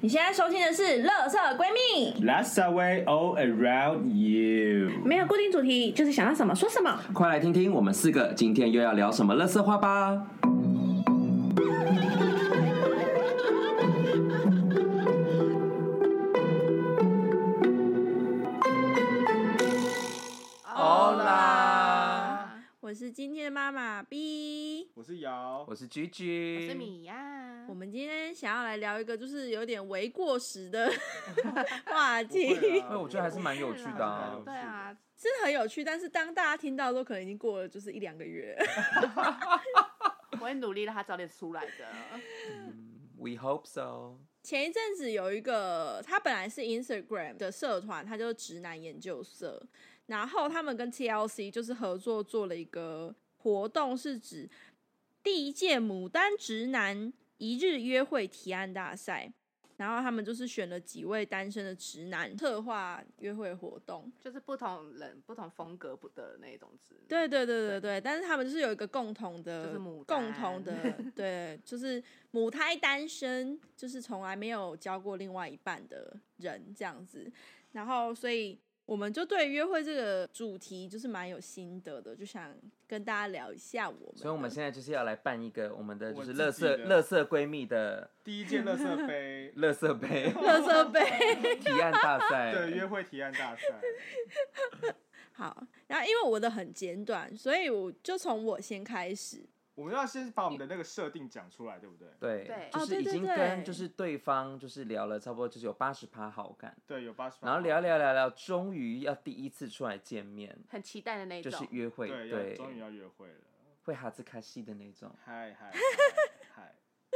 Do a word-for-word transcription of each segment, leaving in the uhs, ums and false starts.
你现在收听的是《垃圾闺蜜》 Let's away all around you， 没有固定主题，就是想要什么说什么。 快来听听我们四个今天又要聊什么垃圾话吧。 Hola，我是今天的妈妈 B， 我是瑶， 我是居居， 我是米娅。 我们今天想要来聊一个就是有点为过时的话题， 因为我觉得还是蛮有趣的啊。 对啊， 是很有趣，但是当大家听到的时候，可能已经过了就是一两个月。 我会努力让他早点出来的。 嗯 We hope so。 前一阵子有一个，他本来是 Instagram 的社团，他就是直男研究社，然后他们跟 T L C 就是合作做了一个活动，是指第一届牡丹直男一日约会提案大赛。然后他们就是选了几位单身的直男，策划约会活动， 就是不同人、不同风格的那种直男。 对对对对对，但是他们就是有一个共同的， 就是牡丹共同的，对，就是母胎单身，就是从来没有交过另外一半的人这样子。然后，所以我们就对约会这个主题就是蛮有心得的，就想跟大家聊一下我们。 所以我们现在就是要来办一个我们的就是我垃自己的圾垃圾闺蜜的第一届垃圾杯垃圾杯垃圾杯提案大赛， 对，约会提案大赛。 好，然后因为我的很简短，所以我就从我先开始。 我们要先把我们的那个设定讲出来，对不对？ 对， 对就是已经哦对对对跟就是对方就是聊了差不多就是有八十趴好感， 对，有八十。 然后聊聊聊聊，终于要第一次出来见面， 很期待的那种。 就是约会， 对， 对， 终于要约会了。 会哈兹卡西的那种。 嗨嗨嗨！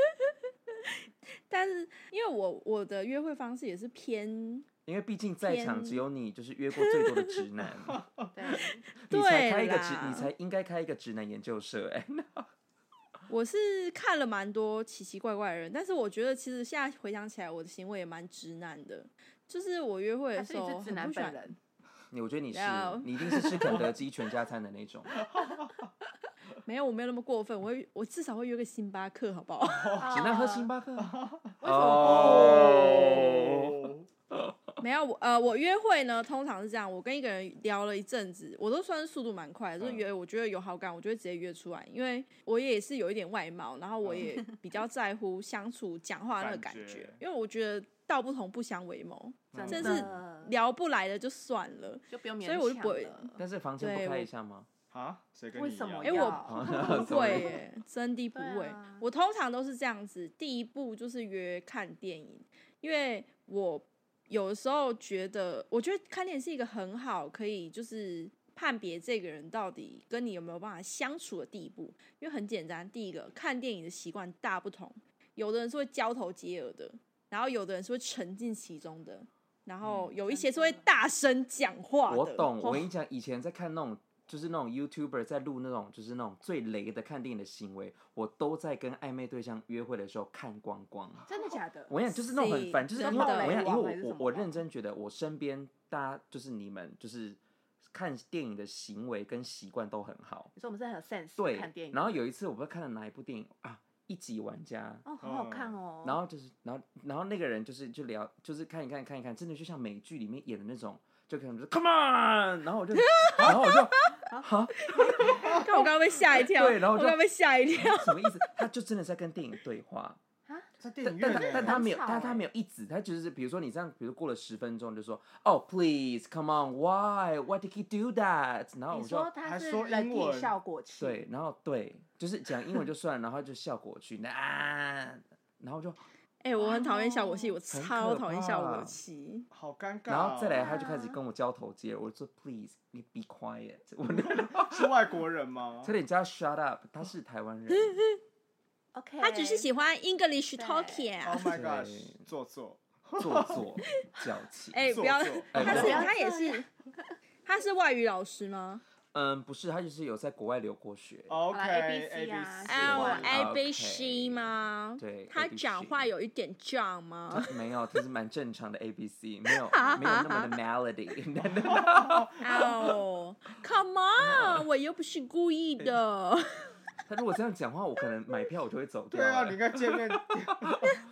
但是因为我我的约会方式也是偏， 因为毕竟在场只有你，就是约过最多的直男， 对， 你才开一个直对啦， 你才应该开一个直男研究社哎、欸。 我是看了蛮多奇奇怪怪的人，但是我觉得其实现在回想起来，我的行为也蛮直男的。就是我约会的时候， 还是你是直男很不喜欢本人？ 你我觉得你是 No 你一定是吃肯德基全家餐的那种， 没有，我没有那么过分，我会我至少会约个星巴克，好不好？ 只能喝星巴克。 为什哦， 没有，我呃，我约会呢，通常是这样，我跟一个人聊了一阵子，我都算是速度蛮快的，就是约，我觉得有好感，我就会直接约出来，因为我也是有一点外貌，然后我也比较在乎相处、讲话那个感觉， 感觉因为我觉得道不同不相为谋， 真真的是聊不来的就算了。 就不用勉所以强我就不会了但是房间不开一下吗？ 啊？谁跟你一样？ 为什么哎、 要我不会耶，真的不会。 对啊我通常都是这样子，第一步就是约看电影，因为我有的时候觉得，我觉得看电影是一个很好可以就是判别这个人到底跟你有没有办法相处的地步。因为很简单，第一个看电影的习惯大不同，有的人是会交头接耳的，然后有的人是会沉浸其中的，然后有一些是会大声讲话的。 我懂， 哦我跟你讲，以前在看那种。就是那种 YouTuber 在录那种就是那种最雷的看电影的行为，我都在跟暧昧对象约会的时候看光光。 真的假的？ 我跟你讲，就是那种很烦，就是因为真的我跟你讲，因为我我我还是什么吗认真觉得，我身边大家就是你们就是看电影的行为跟习惯都很好。 你说我们是很有 sense 对， 看电影， 然后有一次我不知道看了哪一部电影啊，一级玩家。 哦，很好看哦。 然后就是，然后然后那个人就是就聊，就是看一看看一看，真的就像美剧里面演的那种，就可能说 Come on， 然后我就，然后我就，哈， 看我刚刚被吓一跳， 对，然后我就我刚刚被吓一跳。 什么意思？他就真的在跟电影对话。 在电影但但院耶但他没有， 很吵但他没有一直，他就是比如说你这样，比如过了十分钟就说，Oh please come on why why did he do that？ 然后我就你说他还说是人体英文效果器， 对，然后对，就是讲英文就算，然后就效果去那，然后就哎、欸，我很讨厌效果器，我很超可讨厌效果怕器。 好尴尬哦。 然后再来他就开始跟我交头接耳，我说 Please 你 be quiet， 我是外国人吗？ 差点叫他 shut up， 他是台湾人。 ，OK， 他只是喜欢 English talking。 Oh my 对 gosh，做作。 做作矫情。 哎、不要， 做作他是哎不要他也是，他是外语老师吗？ 嗯，不是，他就是有在国外留过学。 OK A B C 啊 L 啊 A B C 吗？ 对， 他 A B C 讲话有一点胀吗？ 他没有，他是蛮正常的 A B C， 没有没有那么的 melody。 哦、oh, ，Come on， 我又不是故意的。 他如果这样讲话，我可能买票我就会走掉。 对啊，你应该见面。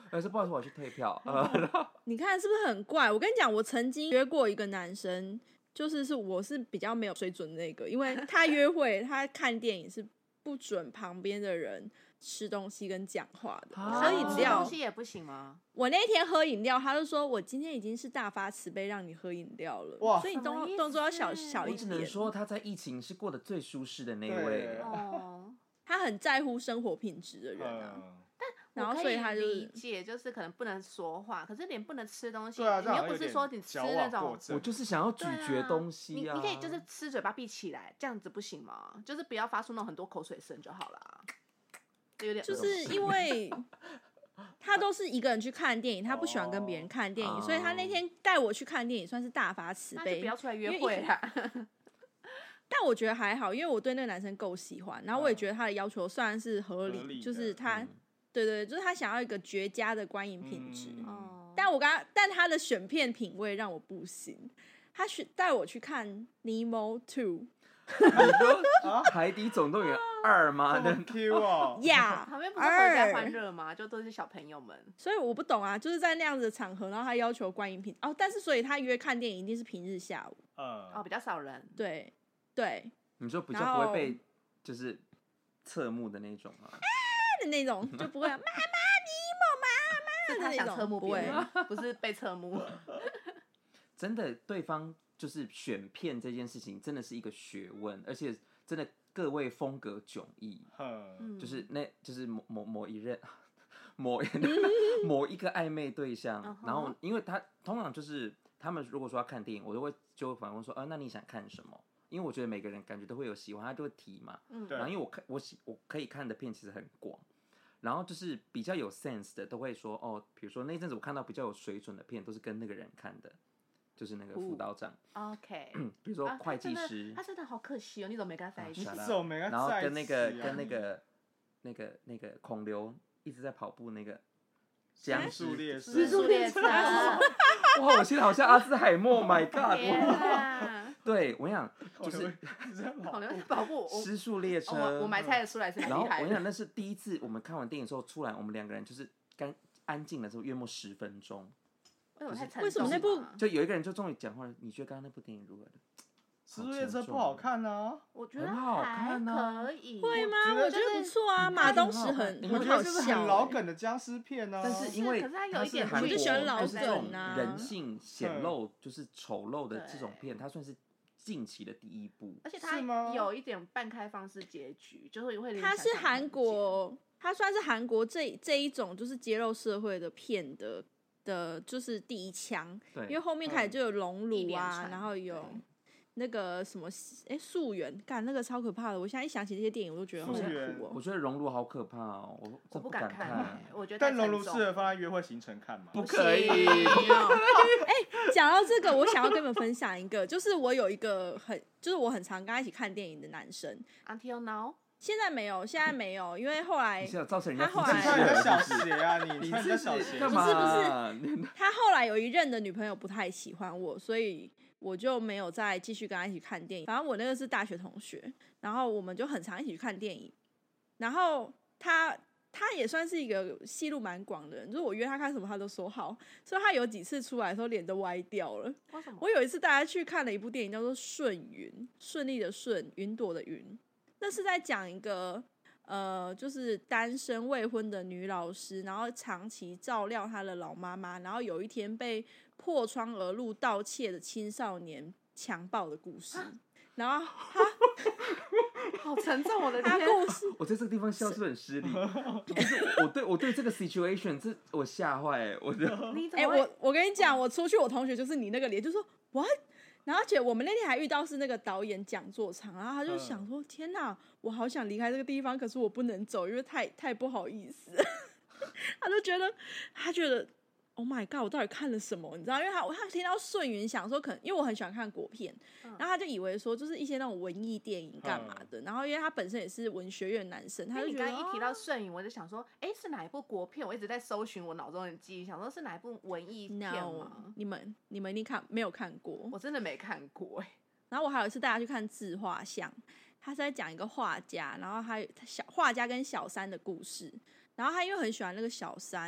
而是不好意思，我要去退票。呃， 你看是不是很怪？我跟你讲，我曾经约过一个男生，就是是我是比较没有水准的那个，因为他约会，他看电影是不准旁边的人吃东西跟讲话的， 啊喝饮吃料东西也不行吗？ 我那天喝饮料，他就说我今天已经是大发慈悲让你喝饮料了， 哇所以你什么意思动动作要小小一我只能点。 说他在疫情是过得最舒适的那一对位。 哦， 他很在乎生活品质的人啊， 嗯， 然后我可所以他就理是解，就是可能不能说话，可是连不能吃东西， 对啊，这你又不是好像有点说你吃矫那种枉过正我就是想要咀对啊嚼东西啊。 你你可以就是吃嘴巴闭起来，这样子不行吗？就是不要发出那种很多口水声就好了。这有点恶就是因为他都是一个人去看电影，他不喜欢跟别人看电影， 哦所以他那天带我去看电影算是大发慈悲那就不。要出来约因为会啊。 但我觉得还好，因为我对那个男生够喜欢，然后我也觉得他的要求算是合理， 合理的就是他， 嗯对对，就是他想要一个绝佳的观影品质。 嗯哦， 但我刚刚，但他的选片品味让我不行。他选带我去看《Nemo Two 你说啊 《海底总动员二》吗？ 这么 Q 哦》， 呀， 旁边不是合家欢二， 乐吗？就都是小朋友们。 所以我不懂啊，就是在那样子的场合，然后他要求观影品哦，但是所以他约看电影一定是平日下午， 哦， 嗯， 比较少人。 对对你说比然后较不会被就是侧目的那种啊？ 的那种，就不会妈妈尼莫妈妈的那是他想侧种，不会目别人，不是被侧目。 真的，对方就是选片这件事情真的是一个学问，而且真的各位风格迥异， 哼， 嗯就是那就是某某某一任。某某一个暧昧对象嗯哼然后因为他通常就是他们如果说要看电影，我都会就会反问说，啊，那你想看什么？因为我觉得每个人感觉都会有喜欢，他就会提嘛。 嗯对然后因为我看我喜我可以看的片其实很广，然后就是比较有 sense 的都会说，哦，比如说那一阵子我看到比较有水准的片，都是跟那个人看的，就是那个辅导长， ，OK。 比如说啊会计他真的师， 他真的好可惜哦，你怎么没跟他在一起啊？ 你怎么没跟他然后在一跟那个起啊跟那个那个那个孔刘一直在跑步那个僵失速尸列车， 失速列车。 哇，我现在好像阿兹海默，My God！ 天我啊！ 对我跟你讲， 就就是是好像跑步，我失速列车， 我我埋猜得出来是很然后厉害的。 我跟你讲，那是第一次我们看完电影之后出来，我们两个人就是干安静的时候，约莫十分钟， 为什么太沉重啊？ 为什么那部就有一个人就终于讲话了。你觉得刚刚那部电影如何的？ 失速列车不好看啊， 我觉得很好还看啊可以。 会吗？ 我觉得我觉得不错啊， 就是马东石很你我很好觉得这是笑很老欸。 梗的僵尸片啊。 但是因为可是它有它一点是韩国， 我就喜欢老就是这种梗啊人性显露，就是丑陋的这种片，它算是近期的第一部。 而且是吗它有一点半开放式结局，就是会令你它想象是韩空国，它算是韩国这这一种就是揭露社会的片的的，就是第一枪。 对， 因为后面开始就有龙一连乳啊， 串然后有那个什么哎溯源，干那个超可怕的。我现在一想起这些电影，我都觉得好想溯源哭哦。 我觉得熔炉好可怕哦，我我这不不敢看看欸，。我觉得但太沉重熔炉适合放在约会行程看吗？ 不可以哎，讲到这个，我想要跟你们分享一个，就是我有一个很，就是我很常跟他一起看电影的男生， Until now， 现在没有，现在没有，因为后来你是有造成人家他后来夫妻失你穿人家和小鞋啊，你你穿人家是小鞋干不是嘛？ 他后来有一任的女朋友不太喜欢我，所以我就没有再继续跟他一起看电影。反正我那个是大学同学，然后我们就很常一起去看电影。然后他他也算是一个戏路蛮广的人，就是我约他看什么他都说好，所以他有几次出来的时候脸都歪掉了。 为什么？ 我有一次带他去看了一部电影，叫做《顺云》，顺利的顺，云朵的云。那是在讲一个呃，就是单身未婚的女老师，然后长期照料她的老妈妈，然后有一天被破窗而入盗窃的青少年强暴的故事。然后他好沉重，我的他天！ 故事我在这个地方笑是不是很失礼？就是我对我对这个 situation，这我吓坏，我就哎、 你怎么会？ 我我跟你讲，我出去，我同学就是你那个脸，就说 what。然后，而且我们那天还遇到是那个导演讲座场，然后他就想说：“天哪，我好想离开这个地方，可是我不能走，因为太太不好意思。”他就觉得，他觉得 ，Oh my god，我到底看了什么？你知道，因为他他听到顺云想说，可能因为我很喜欢看国片， 嗯然后他就以为说就是一些那种文艺电影干嘛的。然后因为他本身也是文学院男生，他就觉得因为你刚刚一提到哦摄影，我就想说，哎，是哪一部国片？我一直在搜寻我脑中的记忆，想说是哪一部文艺片 no， 吗？ 你们你们一定看没有看过？ 我真的没看过哎。 然后我还有一次带他去看自画像，他是在讲一个画家，然后他他小画家跟小三的故事。然后他因为很喜欢那个小三，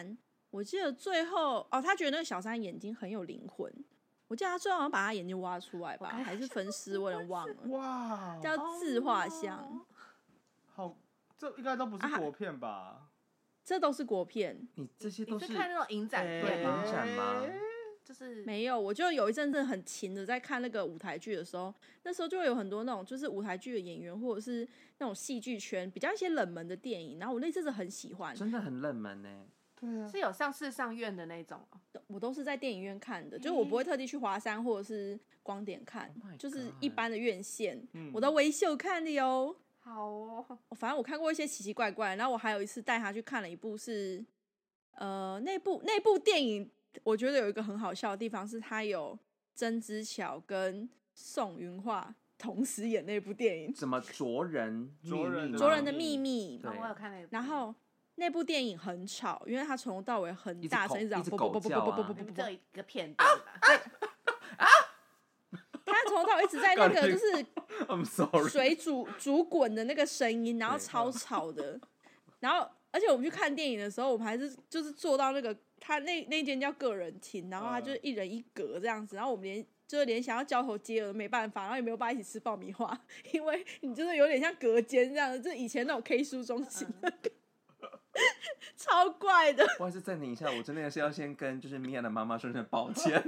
我记得最后哦，他觉得那个小三眼睛很有灵魂。我记得他最后好像把他眼睛挖出来吧，还是分尸，我有点忘了。 哇， 叫自画像。 哦好，这应该都不是啊国片吧？ 这都是国片。 你这些都你是看那种影展对片吗？ 影展吗？ 就是没有，我就有一阵子很勤的在看那个舞台剧的时候，那时候就会有很多那种就是舞台剧的演员，或者是那种戏剧圈比较一些冷门的电影，然后我那阵子很喜欢， 真的很冷门呢。 对啊， 是有上市上院的那种哦。 我都是在电影院看的，就是我不会特地去华山或者是光点看 Oh my 就是一 God 般的院线， 嗯我到微秀看的哟。 好哦， 反正我看过一些奇奇怪怪，然后我还有一次带他去看了一部是，呃，那部那部电影，我觉得有一个很好笑的地方是，他有曾之乔跟宋云桦同时演那部电影《 什么卓人卓人的秘密吗卓人的秘密》， 对我有看那个。 然后那部电影很吵，因为他从头到尾很大声， 一直狗一直啵啵啵啵啵啵啵啵啵啵， 你们这有一个片段吧？ 他从头到尾一直在那个就是 I'm sorry， 水煮煮滚的那个声音，然后超吵的。然后，而且我们去看电影的时候，我们还是就是坐到那个他那那间叫个人厅，然后他就是一人一格这样子。然后我们连就是连想要交头接耳都没办法，然后也没有办法一起吃爆米花，因为你就是有点像隔间这样子，就是以前那种 K 书中心的。超怪的。 不好意思，暂停一下，我真的是要先跟就是米娅的妈妈说声抱歉。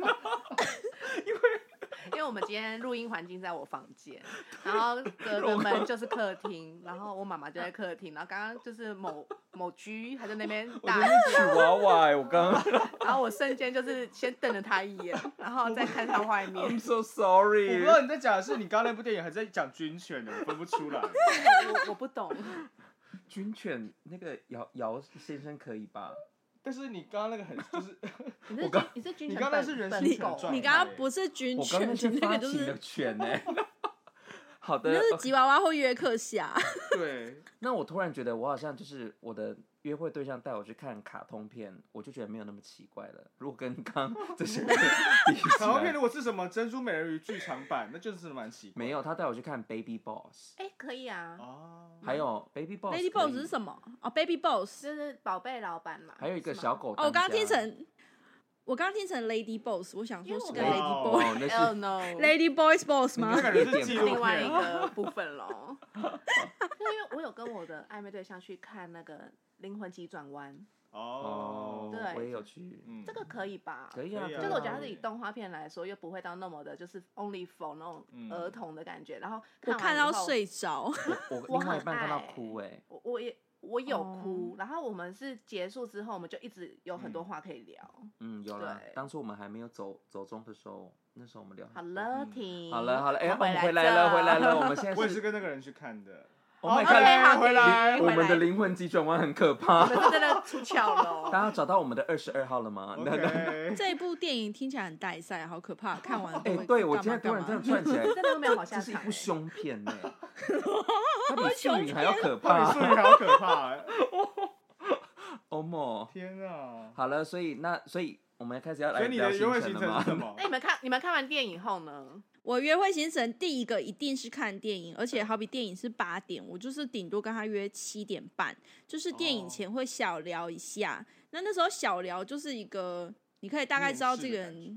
因为我们今天录音环境在我房间，然后隔着门就是客厅，然后我妈妈就在客厅，然后刚刚就是某某居还在那边我打真是取娃娃哎，我刚刚然后我瞬间就是先瞪了他一眼，然后再看他外面。 I'm so 我 sorry。 不知道你在讲的是你刚刚那部电影，还是在讲军犬的，我分不出来。 我我不懂。 军犬那个姚姚先生可以吧？ 但是你刚刚那个很就是， 你是我刚军你是军你犬刚刚是人本本狗形犬状你刚刚不是军犬， 我刚刚是你那个就发情的是犬哎。好的， 你那是吉娃娃或约克夏。 对， 那我突然觉得我好像就是我的约会对象带我去看卡通片，我就觉得没有那么奇怪了。如果跟刚刚这些比起卡通片来， 如果是什么珍珠美人鱼剧场版，那就是蛮奇怪。 没有，他带我去看 Baby Boss， 哎、可以啊， 哦， 还有 Baby Boss Lady 可以 Boss 是什么？哦，Baby Boss。 就是宝贝老板嘛。 还有一个是吗小狗哦，我刚刚当家听成，我刚刚听成 Lady Boss，我想说是个因为 Lady 我 Boy， 哦，那 Oh 是 no， Lady Boys Boss 吗那？ 这感觉是纪录另外一片。 个部分咯。因为我有跟我的暧昧对象去看那个《灵魂急转弯》， 哦， 对我也有去， 嗯这个可以吧？ 可以啊， 可以啊就是我觉得它可以啊是以动画片来说，又不会到那么的，就是 only for 那种嗯儿童的感觉。然后我完以后， 看到睡着。 我我另外一半看到很爱哭哎， 我我也我有哦哭。然后我们是结束之后，我们就一直有很多话可以聊。 嗯，有了。 对当初我们还没有走走中的时候，那时候我们聊很多。 好了，停。 好了好了，哎，我回们回来了回来了，我们现在我也是是跟那个人去看的。 Oh my OK， god， 好回来我回来们的灵魂急转弯很可怕。 你们是真的出窍了哦。 大家找到我们的二十二号了吗？那那 OK， 这部电影听起来很带赛，好可怕！看完了哎、 都会对我干嘛今天突然干嘛这样串起来， 真的都没有好下这是一部场欸凶片呢、它比素云还要可到底怕素。云还好可怕欸。 欧莫， 天啊！ 好了，所以那所以我们开始要来所以你聊的约会行行程了吗？ 程是什么那？你们看，你们看完电影后呢？ 我约会行程第一个一定是看电影，而且好比电影是八点，我就是顶多跟他约七点半，就是电影前会小聊一下。那那时候小聊就是一个，你可以大概知道这个人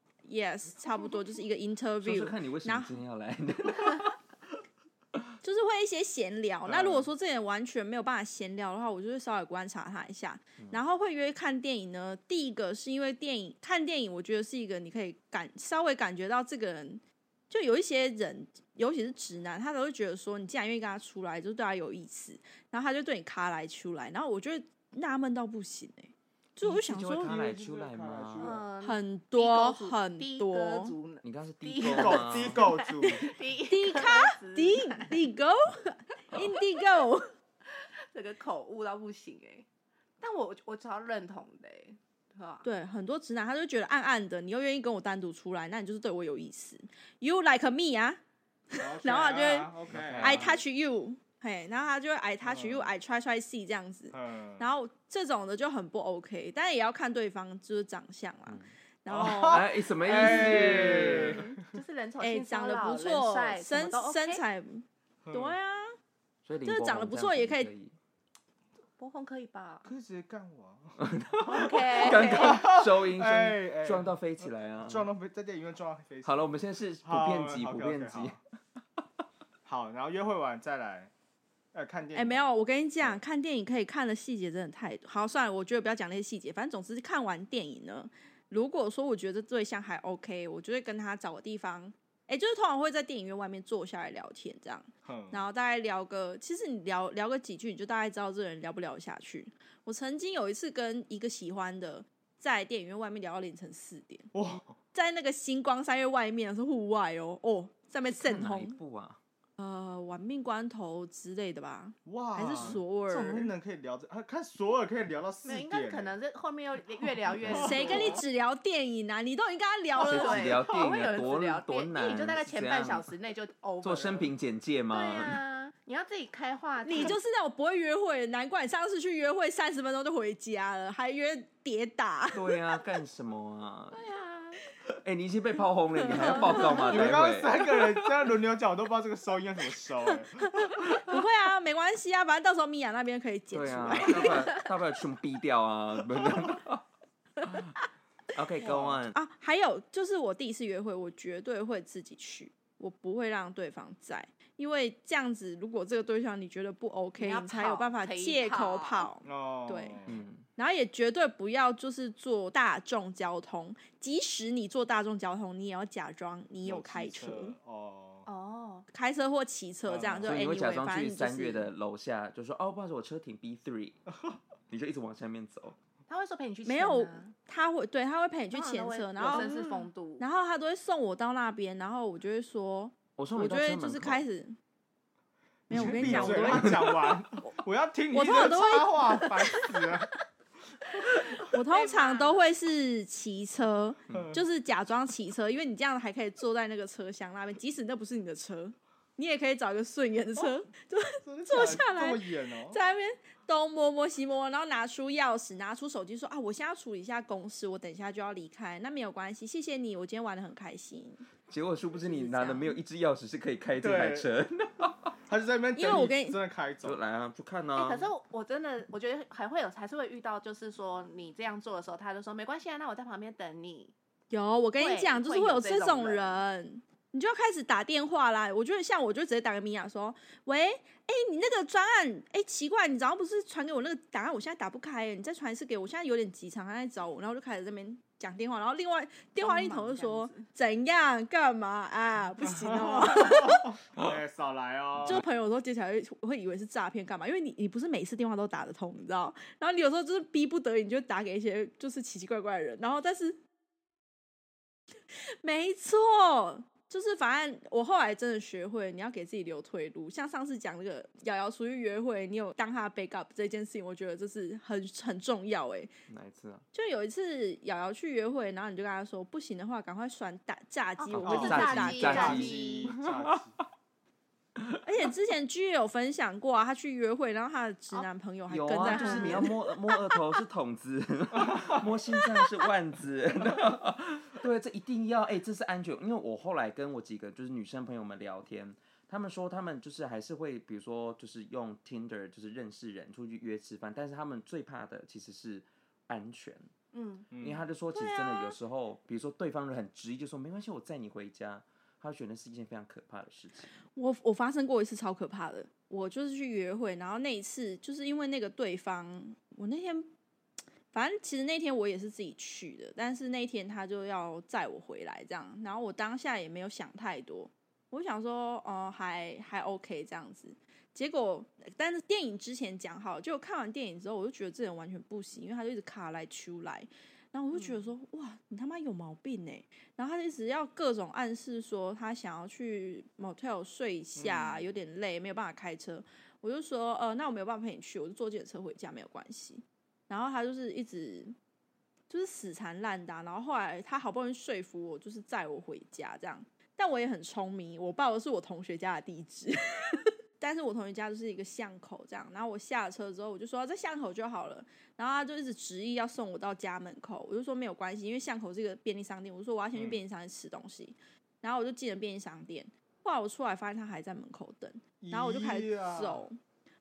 ，yes， 差不多就是一个说 interview， 说看你为什然后么今天要来？ 就是会一些闲聊。那嗯如果说这个人完全没有办法闲聊的话，我就会稍微观察他一下。然后会约看电影呢，第一个是因为电影看电影，我觉得是一个你可以感稍微感觉到这个人，就有一些人，尤其是直男，他都会觉得说，你既然愿意跟他出来，就对他有意思，然后他就对你卡来出来，然后我就会纳闷到不行哎、欸，就我就想说就会卡来出来吗？ 嗯， 很低多沟族很低多歌族呢你刚刚是低低狗吗？ 低狗族， 低低咖低 Digo Indigo， 这个口误到不行哎、但我我超认同的哎、是吧？ 对，很多直男他就觉得暗暗的，你又愿意跟我单独出来，那你就是对我有意思。You like me 啊？然后他就会 OK， I touch you，嘿，然后他就会 I touch 嗯 you，I try try see 这样子。 嗯， 然后这种的就很不 OK，但是也要看对方就是长相啦。 嗯然后哎，什么意哎思？ 就是人丑哎、 性长得骚扰，人不错， 帅什么身都 OK 身材， 嗯对啊， 所以林就是长得柏宏这样子不错也可以可以。 波鸿可以吧？ 可以直接干我啊！ OK， 刚刚收音哎哎声撞到飞起来啊！ 撞到飞，在电影院撞到飞起。 好了，我们现在是普好遍级， 好普 OK，OK， 遍级。 好，然后约会完再来，呃，看电影。 哎、没有，我跟你讲，看电影可以看的细节真的太多。好，算了，我觉得不要讲那些细节，反正总之看完电影呢，如果说我觉得对象还 OK，我就会跟他找个地方，哎、就是通常会在电影院外面坐下来聊天这样， 哼， 然后大概聊个，其实你聊聊个几句，你就大概知道这个人聊不聊得下去。我曾经有一次跟一个喜欢的在电影院外面聊到凌晨四点， 哇， 在那个星光三月外面是户外哦，哦，在那边看盛轰， 哪一部啊？ 呃，玩命关头之类的吧， 哇， 还是索尔？ 这种人可以聊这，啊，看索尔可以聊到四没有， 点， 应该是可能是后面又越聊越谁跟你只聊电影啊？你都已经跟他聊谁了， 只聊电影啊会有人多只聊多电影，就大概难前这样半小时内就 over 做生了平简介对吗？ 啊，你要自己开话题， 你就是那种不会约会的，难怪你上次去约会三十分钟就回家了，还约跌打。 对啊，干什么啊？ 对啊， 哎、你已经被炮轰了，你还要报告吗？ 你们刚刚待会。 三个人这样轮流讲，我都不知道这个收音要怎么收、哎， 不会啊，没关系啊，反正到时候米娅那边可以剪出对啊， 来。 大不了大不了全部逼掉啊。OK，go、on。 啊，还有就是我第一次约会，我绝对会自己去，我不会让对方在，因为这样子，如果这个对象你觉得不 OK， 你要你才有办法跑借口陪跑。 哦， 对嗯， 然后也绝对不要就是坐大众交通，即使你坐大众交通，你也要假装你有开骑车， 哦， 哦， 开车或骑车这样， 嗯就所以你会假 anyway， 装反正就是去三月的楼下，就说哦，不好意思，我车停 B three，你就一直往下面走。 他会说陪你去没有牵啊， 他会对他会陪你去通常都会牵车，然后有绅士风度， 然后他都会送我到那边，然后我就会说， 我说你我就会就是到车门口开始。没有，我跟闭你讲，我都会嘴让他讲完，我要听你的我通常都会插话，烦死了。 我通常都会是骑车， 嗯就是假装骑车，因为你这样还可以坐在那个车厢那边，即使那不是你的车，你也可以找一个顺眼的车，就真的坐假的下来这么远哦， 在那边东摸摸西摸摸，然后拿出钥匙，拿出手机说啊，我现在要处理一下公事，我等一下就要离开，那没有关系，谢谢你，我今天玩的很开心。 结果殊不知你就是这样拿的没有一只钥匙是可以开这台车， 他就在那边等因为我跟你真的开走， 就来啊，就看哎、 啊。 可是我我真的，我觉得还会有，还是会遇到，就是说你这样做的时候，他就说没关系啊，那我在旁边等你。 有，我跟你会讲，就是会有会有这种这种人人，你就要开始打电话啦。我觉得像我就直接打给米娅说，喂，哎、你那个专案，哎、奇怪，你早上不是传给我那个档案，我现在打不开、欸，你再传一次给我，我现在有点急，常常在找我，然后就开始在那边讲电话，然后另外电话一头就说装忙怎样干嘛啊，不行哦。 哎，少来哦， 就是朋友说接起来会会以为是诈骗干嘛？因为你你不是每次电话都打得通，你知道？然后你有时候就是逼不得已，你就打给一些就是奇奇怪怪的人，然后但是没错，就是反正我后来真的学会，你要给自己留退路。像上次讲那个瑶瑶出去约会，你有当她的 backup 这件事情，我觉得这是很很重要哎。 哪一次啊？ 就有一次瑶瑶去约会，然后你就跟她说，不行的话赶快选打炸鸡， 哦我会自己哦炸打鸡炸炸鸡鸡，炸鸡， 而且之前 G 也有分享过啊，他去约会，然后他的直男朋友还有啊， 跟在后面。 就是你要摸摸额头是筒子，摸心脏是腕子。对，这一定要哎、这是安全。因为我后来跟我几个就是女生朋友们聊天，他们说他们就是还是会，比如说就是用 Tinder 就是认识人出去约吃饭，但是他们最怕的其实是安全。 嗯， 因为他就说，其实真的有时候，比如说对方人很执意，就说没关系，我载你回家，他觉得是一件非常可怕的事情。 我我发生过一次超可怕的，我就是去约会，然后那一次就是因为那个对方，我那天反正其实那天我也是自己去的，但是那天他就要载我回来这样，然后我当下也没有想太多，我想说哦、呃、还还 OK 这样子。结果，但是电影之前讲好，就看完电影之后，我就觉得这人完全不行，因为他就一直卡来出来，然后我就觉得说，嗯、哇，你他妈有毛病哎！然后他就一直要各种暗示说他想要去 motel 睡一下， 嗯有点累，没有办法开车。我就说，呃，那我没有办法陪你去，我就坐计程车回家，没有关系。然后他就是一直就是死缠烂打，然后后来他好不容易说服我，就是载我回家这样。但我也很聪明，我报的是我同学家的地址。但是我同学家就是一个巷口这样，然后我下了车之后，我就说在巷口就好了，然后他就一直执意要送我到家门口，我就说没有关系，因为巷口是一个便利商店，我就说我要先去便利商店吃东西，然后我就进了便利商店，后来我出来发现他还在门口等，然后我就开始走，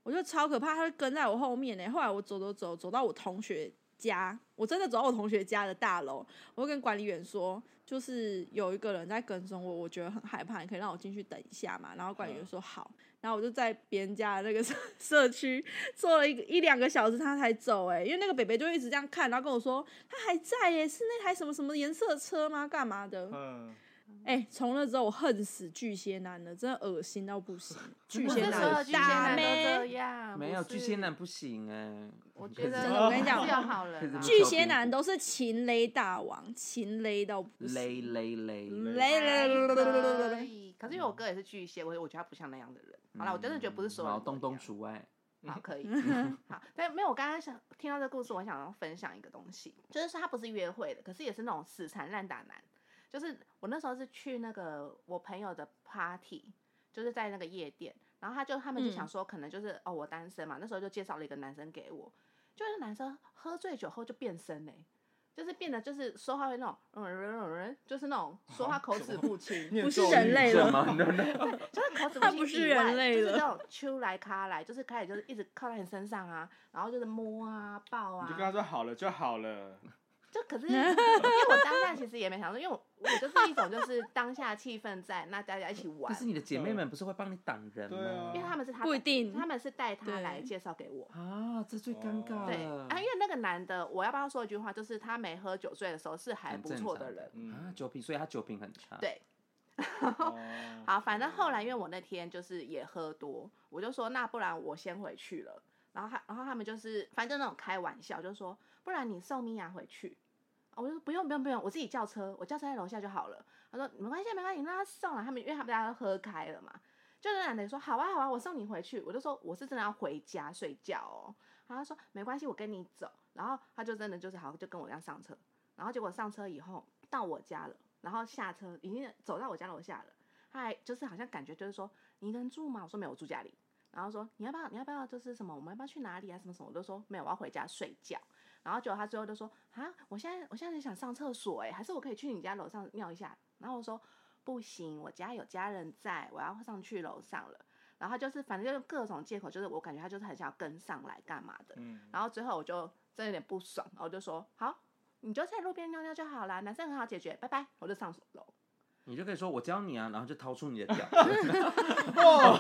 我觉得超可怕，他会跟在我后面呢。后来我走走走走到我同学家，我真的走到我同学家的大楼，我会跟管理员说，就是有一个人在跟踪我，我觉得很害怕，你可以让我进去等一下嘛。然后管理员说好，然后我就在别人家的那个社区坐了一个一两个小时，他才走哎，因为那个北北就一直这样看，然后跟我说他还在耶，是那台什么什么颜色车吗？干嘛的？ 嗯， 哎、欸，从那之后我恨死巨蟹男了，真的恶心到不行。巨蟹不是所有巨蟹男大男都妹， 这样， 没有不是巨蟹男不行哎、 我觉得真的我跟你讲是有好人啊， 巨蟹男都是情勒大王，情勒到不行。 勒勒勒勒还勒可以。可是因为我哥也是巨蟹，我我觉得他不像那样的人。好了，我真的觉得不是所有好， 人都一样东东除外。 好，可以。好，但没有，我刚刚想听到这个故事，我想要分享一个东西，就是说他不是约会的，可是也是那种死缠烂打男。就是我那时候是去那个我朋友的 party， 就是在那个夜店，然后他就他们就想说，可能就是、嗯、哦我单身嘛，那时候就介绍了一个男生给我，就是男生喝醉酒后就变身嘞、欸。就是变得就是说话会那种嗯嗯嗯，就是那种说话口齿不清， 不是人类了吗？ 对，就是口齿不清以外， 他不是人类了， 就是那种秋来咖来，就是开始就是一直靠在你身上啊，然后就是摸啊抱啊。 你就跟他说好了就好了。 就可是因为我当下其实也没想说，因为我我就是一种就是当下气氛在，那大家一起玩。 但是你的姐妹们不是会帮你挡人吗？ 啊、 因为他们是他不一定， 他们是带他来介绍给我啊，这最尴尬了。 对啊，因为那个男的，我要不要说一句话，就是他没喝酒醉的时候是还不错的人的啊，酒品，所以他酒品很差。 对。好，反正后来因为我那天就是也喝多，我就说那不然我先回去了。然后他，然后他们就是反正就那种开玩笑，就说不然你送米娅回去。我就说不用不用不用，我自己叫车，我叫车在楼下就好了。他说没关系没关系，你让他送了。他们因为他们大家都喝开了嘛，就那男的说好啊好啊，我送你回去。我就说我是真的要回家睡觉哦。然后他说没关系，我跟你走。然后他就真的就是好，就跟我一样上车。然后结果上车以后到我家了，然后下车已经走到我家楼下了。他还就是好像感觉就是说你一个人住吗？我说没有，我住家里。然后说你要不要你要不要就是什么我们要不要去哪里啊什么什么？我就说没有，我要回家睡觉。然后结果他最后就说啊，我现在我现在想上厕所哎，还是我可以去你家楼上尿一下？然后我说不行，我家有家人在，我要上去楼上了。然后就是反正就是各种借口，就是我感觉他就是很想要跟上来干嘛的。嗯、然后最后我就真的有点不爽，然后我就说好，你就在路边尿尿就好啦，男生很好解决，拜拜，我就上楼。 你就可以说我教你啊，然后就掏出你的屌。 哇！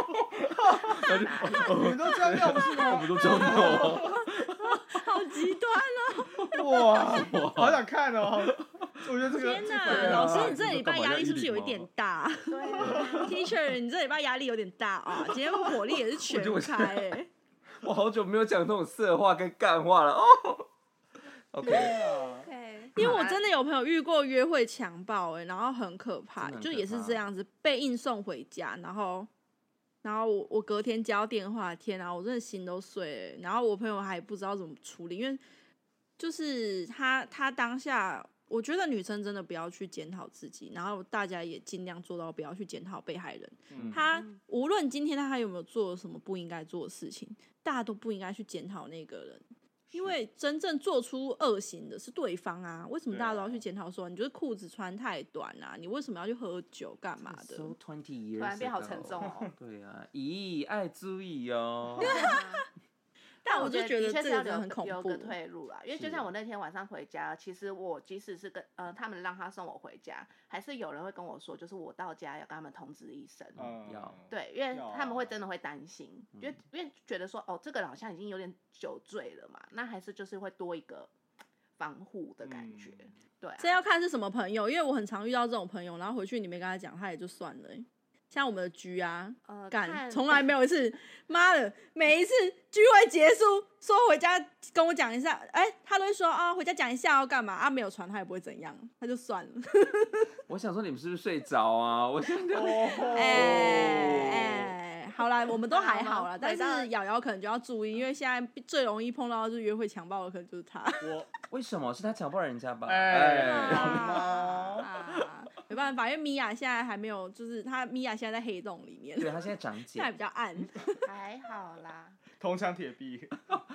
我们都这样尿不是吗？ 我们都这样尿。 好极端哦！ 哇，好想看哦！我觉得这个天哪，老师，你这礼拜压力是不是有一点大？ 对 ，Teacher，你这礼拜压力有点大啊！今天火力也是全开哎、欸。 我好久没有讲这种色话跟干话了哦。OK。 因为我真的有朋友遇过约会强暴哎、欸，然后很可怕，就也是这样子被硬送回家，然后。然后我我隔天接到电话，天啊，我真的心都碎了。然后我朋友还不知道怎么处理，因为就是他他当下，我觉得女生真的不要去检讨自己，然后大家也尽量做到不要去检讨被害人。嗯、他无论今天他有没有做什么不应该做的事情，大家都不应该去检讨那个人。因为真正做出恶行的是对方啊！为什么大家都要去检讨说你就是裤子穿太短啊？你为什么要去喝酒干嘛的 ？So twenty years， 突然变好沉重哦。 对啊，咦，爱注意哦。 但我就觉得这个真的很恐怖， 有个退路啦。因为就像我那天晚上回家，其实我即使是跟呃他们让他送我回家，还是有人会跟我说，就是我到家要跟他们通知一声。 嗯，要。 对，因为他们会真的会担心，因为因为觉得说哦，这个人好像已经有点酒醉了嘛，那还是就是会多一个防护的感觉。嗯、对、啊， 这要看是什么朋友，因为我很常遇到这种朋友，然后回去你没跟他讲，他也就算了、欸。像我们的局啊， 呃， 干从来没有一次，妈的，每一次聚会结束，说回家跟我讲一下，哎、欸，他都会说啊、哦，回家讲一下要干嘛啊，没有传他也不会怎样，他就算了。 我想说你们是不是睡着啊？我现在， 哎哎，好啦，我们都还好啦，但是瑶瑶可能就要注意，因为现在最容易碰到的是约会强暴的，可能就是他。 我为什么是他强暴人家吧？ 哎、欸， 啊没办法，因为米娅现在还没有，就是她米娅现在在黑洞里面， 对，她现在长茧， 现在比较暗， 还好啦， 铜墙铁壁，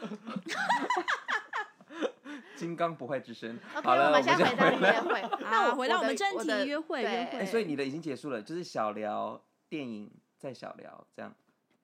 金刚不坏之身。 okay, 好了， 我们先回到约会， 那我回到我们正题，约会，约会。 所以你的已经结束了，就是小聊电影，再小聊这样。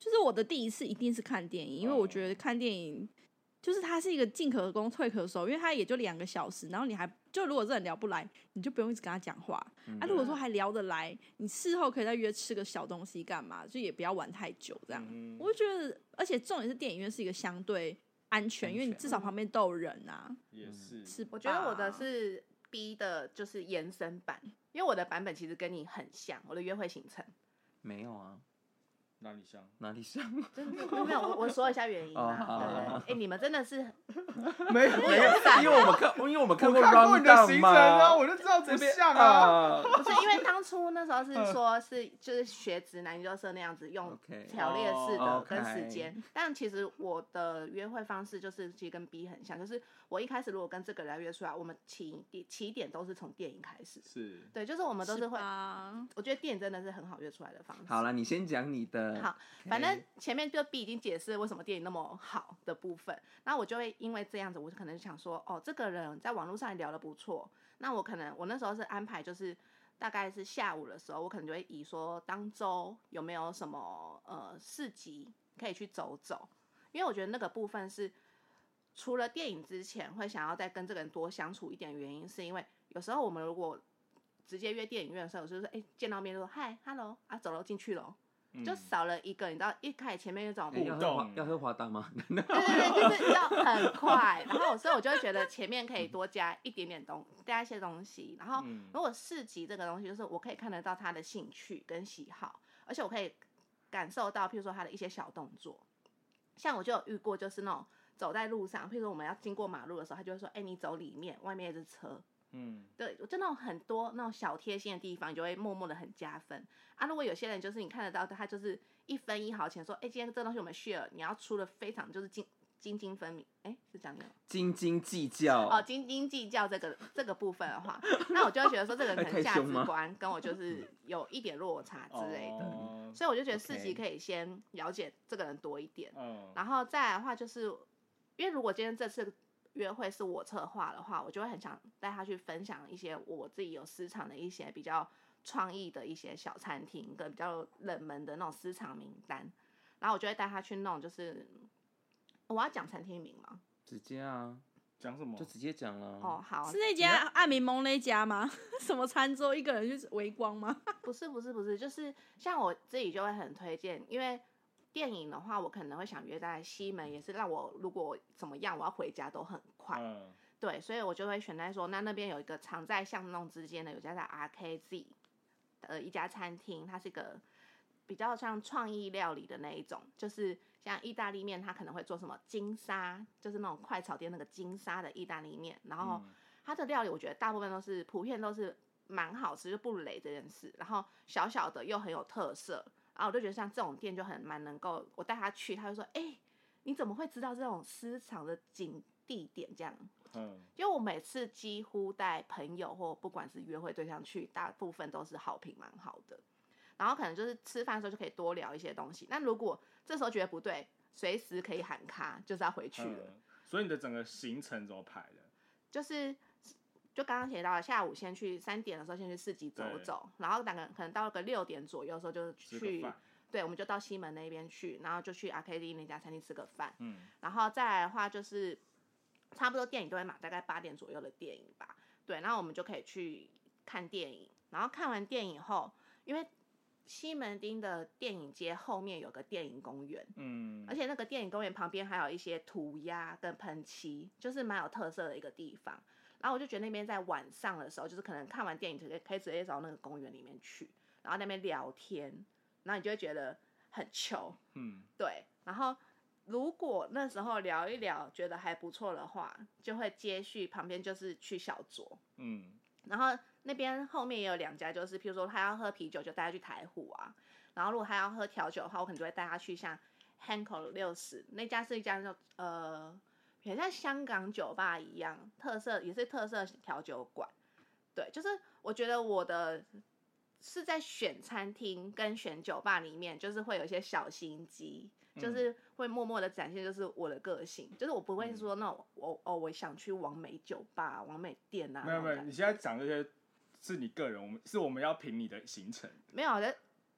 就是我的第一次一定是看电影，因为我觉得看电影就是它是一个进可攻退可守，因为它也就两个小时，然后你还就如果真的聊不来，你就不用一直跟他讲话、嗯、啊。如果说还聊得来，你事后可以再约吃个小东西干嘛，就也不要玩太久这样。嗯、我就觉得，而且重点是电影院是一个相对安全，因为你至少旁边都有人啊。 也是， 是我觉得我的是 B 的，就是延伸版，因为我的版本其实跟你很像，我的约会行程没有啊。 哪里像？ 哪里像？ 真的没有，我我说一下原因啊。 哦、 对对，哎、欸，你们真的是没有没有，因为我们看，因为我们看过 round down 嘛，啊，我就知道这边像啊。 不是因为当初那时候是说是就是学直男研究社那样子用条列式的跟时间， okay. 但其实我的约会方式就是其实跟 B 很像，就是我一开始如果跟这个人约出来，我们起起点都是从电影开始。 是。 对，就是我们都是会。 是我觉得电影真的是很好约出来的方式。 好了，你先讲你的。 好，反正前面就 B 已经解释了为什么电影那么好的部分，那我就会因为这样子，我可能想说，哦，这个人在网络上聊得不错，那我可能我那时候是安排就是大概是下午的时候，我可能就会以说当周有没有什么呃市集可以去走走，因为我觉得那个部分是除了电影之前会想要再跟这个人多相处一点，原因是因为有时候我们如果直接约电影院的时候，就是说，哎、欸，见到面就说嗨 ，hello 啊，走了进去了。就少了一个，你知道一开始前面那种互动， 要喝华大吗？ 对对对，就是要很快，然后所以我就会觉得前面可以多加一点点东，加一些东西，然后如果市集这个东西，就是我可以看得到他的兴趣跟喜好，而且我可以感受到，譬如说他的一些小动作，像我就有遇过，就是那种走在路上，譬如说我们要经过马路的时候，他就会说，哎、欸，你走里面，外面有一只车。嗯，对，就那种很多那种小贴心的地方，你就会默默的很加分啊。如果有些人就是你看得到他就是一分一毫钱说，哎、欸，今天这东西我们 share， 你要出的非常就是精精精分明，哎、欸，是这样的， 斤斤计较哦，斤斤计较这个这个部分的话，那我就会觉得说这个人可能价值观跟我就是有一点落差之类的，哦、所以我就觉得四级可以先了解这个人多一点，嗯、然后再来的话就是，因为如果今天这次约会是我策划的话，我就会很想带他去分享一些我自己有私藏的一些比较创意的一些小餐厅跟比较冷门的那种私藏名单，然后我就会带他去弄，就是我要讲餐厅名吗？ 直接啊， 讲什么？ 就直接讲了。 哦，好， 是那家暗迷蒙那家吗？什么餐桌一个人就是微光吗？ 不是不是不是，就是像我自己就会很推荐，因为电影的话，我可能会想约在西门，也是让我如果怎么样，我要回家都很快。嗯、对，所以我就会选在说，那那边有一个藏在巷弄之间的，有家在 R K Z 的一家餐厅，它是一个比较像创意料理的那一种，就是像意大利面，它可能会做什么金沙，就是那种快炒店那个金沙的意大利面，然后它的料理我觉得大部分都是普遍都是蛮好吃，就不雷这件事，然后小小的又很有特色。然后我就觉得像这种店就很蛮能够，我带他去，他就说，哎、欸，你怎么会知道这种私藏的景地点这样？嗯，因为我每次几乎带朋友或不管是约会对象去，大部分都是好评蛮好的。然后可能就是吃饭的时候就可以多聊一些东西。那如果这时候觉得不对，随时可以喊卡，就是要回去了。 嗯、所以你的整个行程怎么排的？ 就是。就刚刚提到下午先去三点的时候先去市集走走，然后大概可能到个六点左右的时候就去，对，我们就到西门那边去，然后就去 R K D 那家餐厅吃个饭，嗯，然后再来的话就是差不多电影都会买大概八点左右的电影吧，对，然后我们就可以去看电影，然后看完电影后，因为西门町的电影街后面有个电影公园，嗯，而且那个电影公园旁边还有一些涂鸦跟喷漆，就是蛮有特色的一个地方。然后我就觉得那边在晚上的时候，就是可能看完电影可以可以直接找那个公园里面去，然后那边聊天，然后你就会觉得很糗，嗯，对。然后如果那时候聊一聊觉得还不错的话，就会接续旁边就是去小酌，嗯，然后那边后面也有两家，就是譬如说他要喝啤酒就带他去台虎啊，然后如果他要喝调酒的话，我可能就会带他去像 Hanko 六十那家是一家叫呃。很像香港酒吧一样，特色也是特色调酒馆。对，就是我觉得我的是在选餐厅跟选酒吧里面，就是会有一些小心机，嗯、就是会默默的展现就是我的个性，就是我不会说那种、嗯、我哦我想去完美酒吧、完美店啊。 没有没有，你现在讲这些是你个人，我们是我们要评你的行程。 没有的。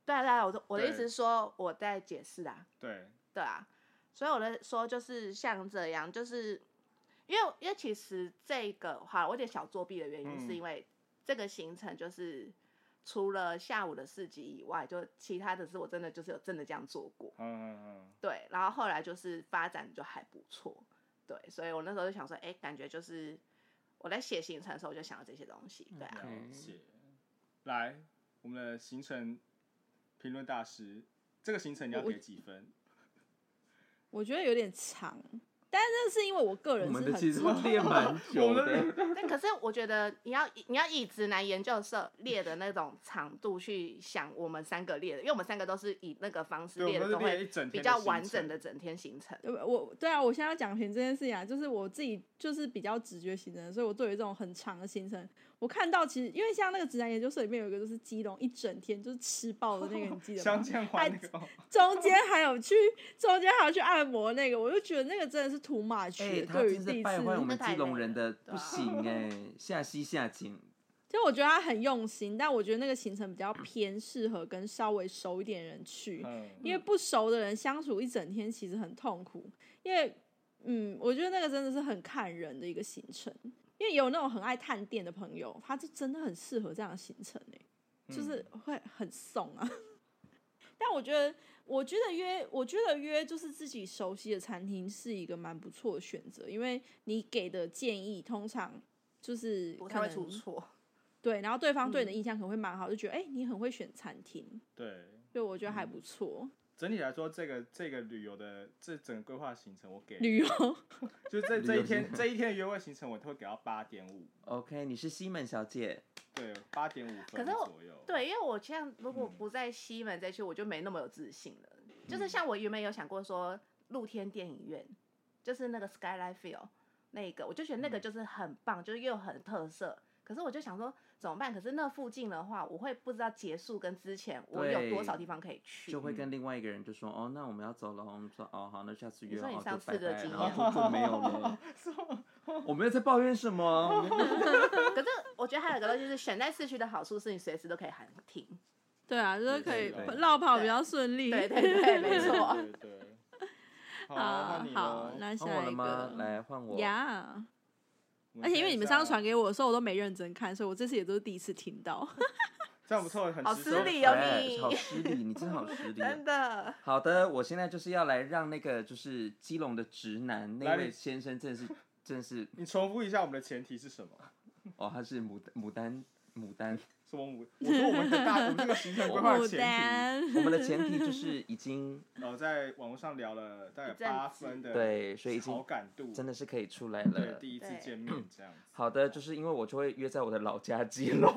对啊对啊，我我的意思是说我在解释啊。 对对啊，所以我的说就是像这样，就是因为因为其实这个好，我有点小作弊的原因是因为这个行程就是除了下午的市集以外，就其他的是我真的就是有真的这样做过。 嗯嗯嗯。 对，然后后来就是发展就还不错。对，所以我那时候就想说，哎，感觉就是我在写行程的时候我就想到这些东西。对啊。 了解。来，我们的行程评论大师，这个行程你要给几分？ 我觉得有点长，但是这是因为我个人是很我们的其实列蛮久的。 但可是我觉得你要你要以直男研究社列的那种长度去想我们三个列的，因为我们三个都是以那个方式列的，都会比较完整的整天行程。 我对啊，我现在要讲评这件事情啊，就是我自己就是比较直觉型的人，所以我对于这种很长的行程，我看到其实因为像那个直男研究社里面有一个就是基隆一整天就是吃爆的那个，你记得吗？ 相见欢那个。 中间还有去中间还有去按摩那个，我就觉得那个真的是 too much。 哎、欸，他真是败坏我们基隆人的，不行哎、欸，下西下井。 就我觉得他很用心，但我觉得那个行程比较偏适合跟稍微熟一点的人去，嗯、因为不熟的人相处一整天其实很痛苦。因为嗯，我觉得那个真的是很看人的一个行程，因为有那种很爱探店的朋友，他就真的很适合这样的行程哎、欸，就是会很怂啊。但我觉得，我觉得约，我觉得约就是自己熟悉的餐厅是一个蛮不错的选择，因为你给的建议通常就是不太会出错。 对，然后对方对你的印象可能会蛮好，就觉得哎、欸，你很会选餐厅。 对， 所以我觉得还不错。嗯、 整体来说，这个这个旅游的这整个规划行程，我给旅游， 就这这一天这一天的约会行程，我都会给到八点五。 OK， 你是西门小姐。 对，八点五分左右。 对，因为我现在如果不在西门再去，我就没那么有自信了。嗯、就是像我原本有想过说露天电影院，就是那个 Skyline Feel 那个，我就觉得那个就是很棒，嗯、就是又很特色。可是我就想说怎么办？可是那附近的话，我会不知道结束跟之前我有多少地方可以去， 就会跟另外一个人就说哦，那我们要走了。我们说哦好，那下次约好就拜拜。 然后就就没有了。我没有在抱怨什么。 可是我觉得还有一个东西是选在市区的好处是你随时都可以喊停。 对啊，就是可以绕跑比较顺利。 对对对，没错。 对对。 好，好，那下一个来换我呀。而且因为你们上次传给我的时候，我都没认真看，所以我这次也都是第一次听到。 这样不错，很好失礼哦你， 好失礼，你真好失礼， 真的。 好的，我现在就是要来让那个就是基隆的直男那位先生，真是真是。 你重复一下我们的前提是什么？ 哦，他是牡牡丹牡丹。 什么牡？我说我们的大，我们这个行程规划的前提， 我们的前提就是已经， 呃，在网络上聊了大概八分的， 对，所以已经好感度， 真的是可以出来了。 对，第一次见面这样子。 好的，就是因为我就会约在我的老家基隆。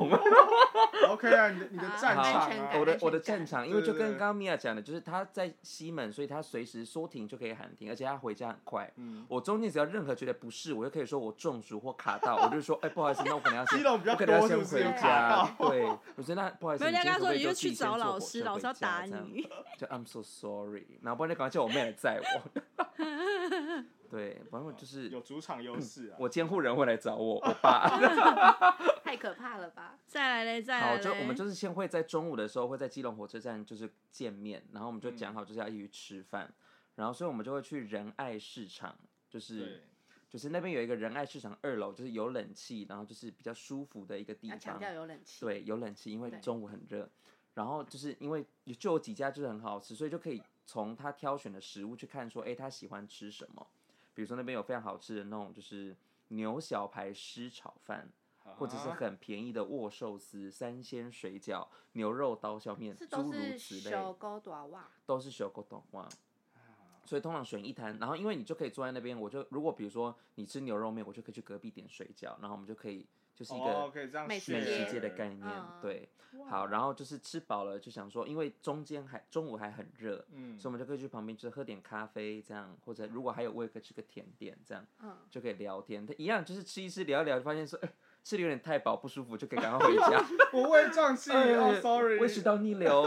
OK 啊，你的你的战场啊， 我的我的战场，因为就跟刚刚米娅讲的，就是他在西门，所以他随时说停就可以喊停，而且他回家很快。嗯，我中间只要任何觉得不适，我就可以说我中暑或卡到，我就说哎、欸、不好意思，那我可能要先，我可能要先回家。对，我说那不好意思， 人家刚说你就去找老师，老师要打你， 就 I'm so sorry， 然后不然就赶快叫我妹来载我。对，反正就是有主场优势啊。 我监护人会来找我，我爸。 太可怕了吧！ 再来嘞，再来嘞。 好，就我们就是先会在中午的时候会在基隆火车站就是见面，然后我们就讲好就是要一起吃饭，嗯、然后所以我们就会去仁爱市场，就是就是那边有一个仁爱市场二楼，就是有冷气，然后就是比较舒服的一个地方。 强调有冷气。 对，有冷气，因为中午很热。然后就是因为就有几家就是很好吃，所以就可以从他挑选的食物去看说，哎，他喜欢吃什么。比如说那边有非常好吃的那种，就是牛小排湿炒饭，或者是很便宜的握寿司、三鲜水饺、牛肉刀削面，诸如此类。都是小狗短袜。所以通常选一摊，然后因为你就可以坐在那边，我就如果比如说你吃牛肉面，我就可以去隔壁点水饺，然后我们就可以就是一个美食街的概念，哦、对。好，然后就是吃饱了就想说，因为中间还中午还很热，嗯，所以我们就可以去旁边就是喝点咖啡这样，或者如果还有胃可以吃个甜点这样，嗯，就可以聊天。一样就是吃一吃聊一聊，就发现说，哎，吃的有点太饱不舒服，就可以赶快回家。 我胃胀气，哦 ，sorry， 胃食道逆流。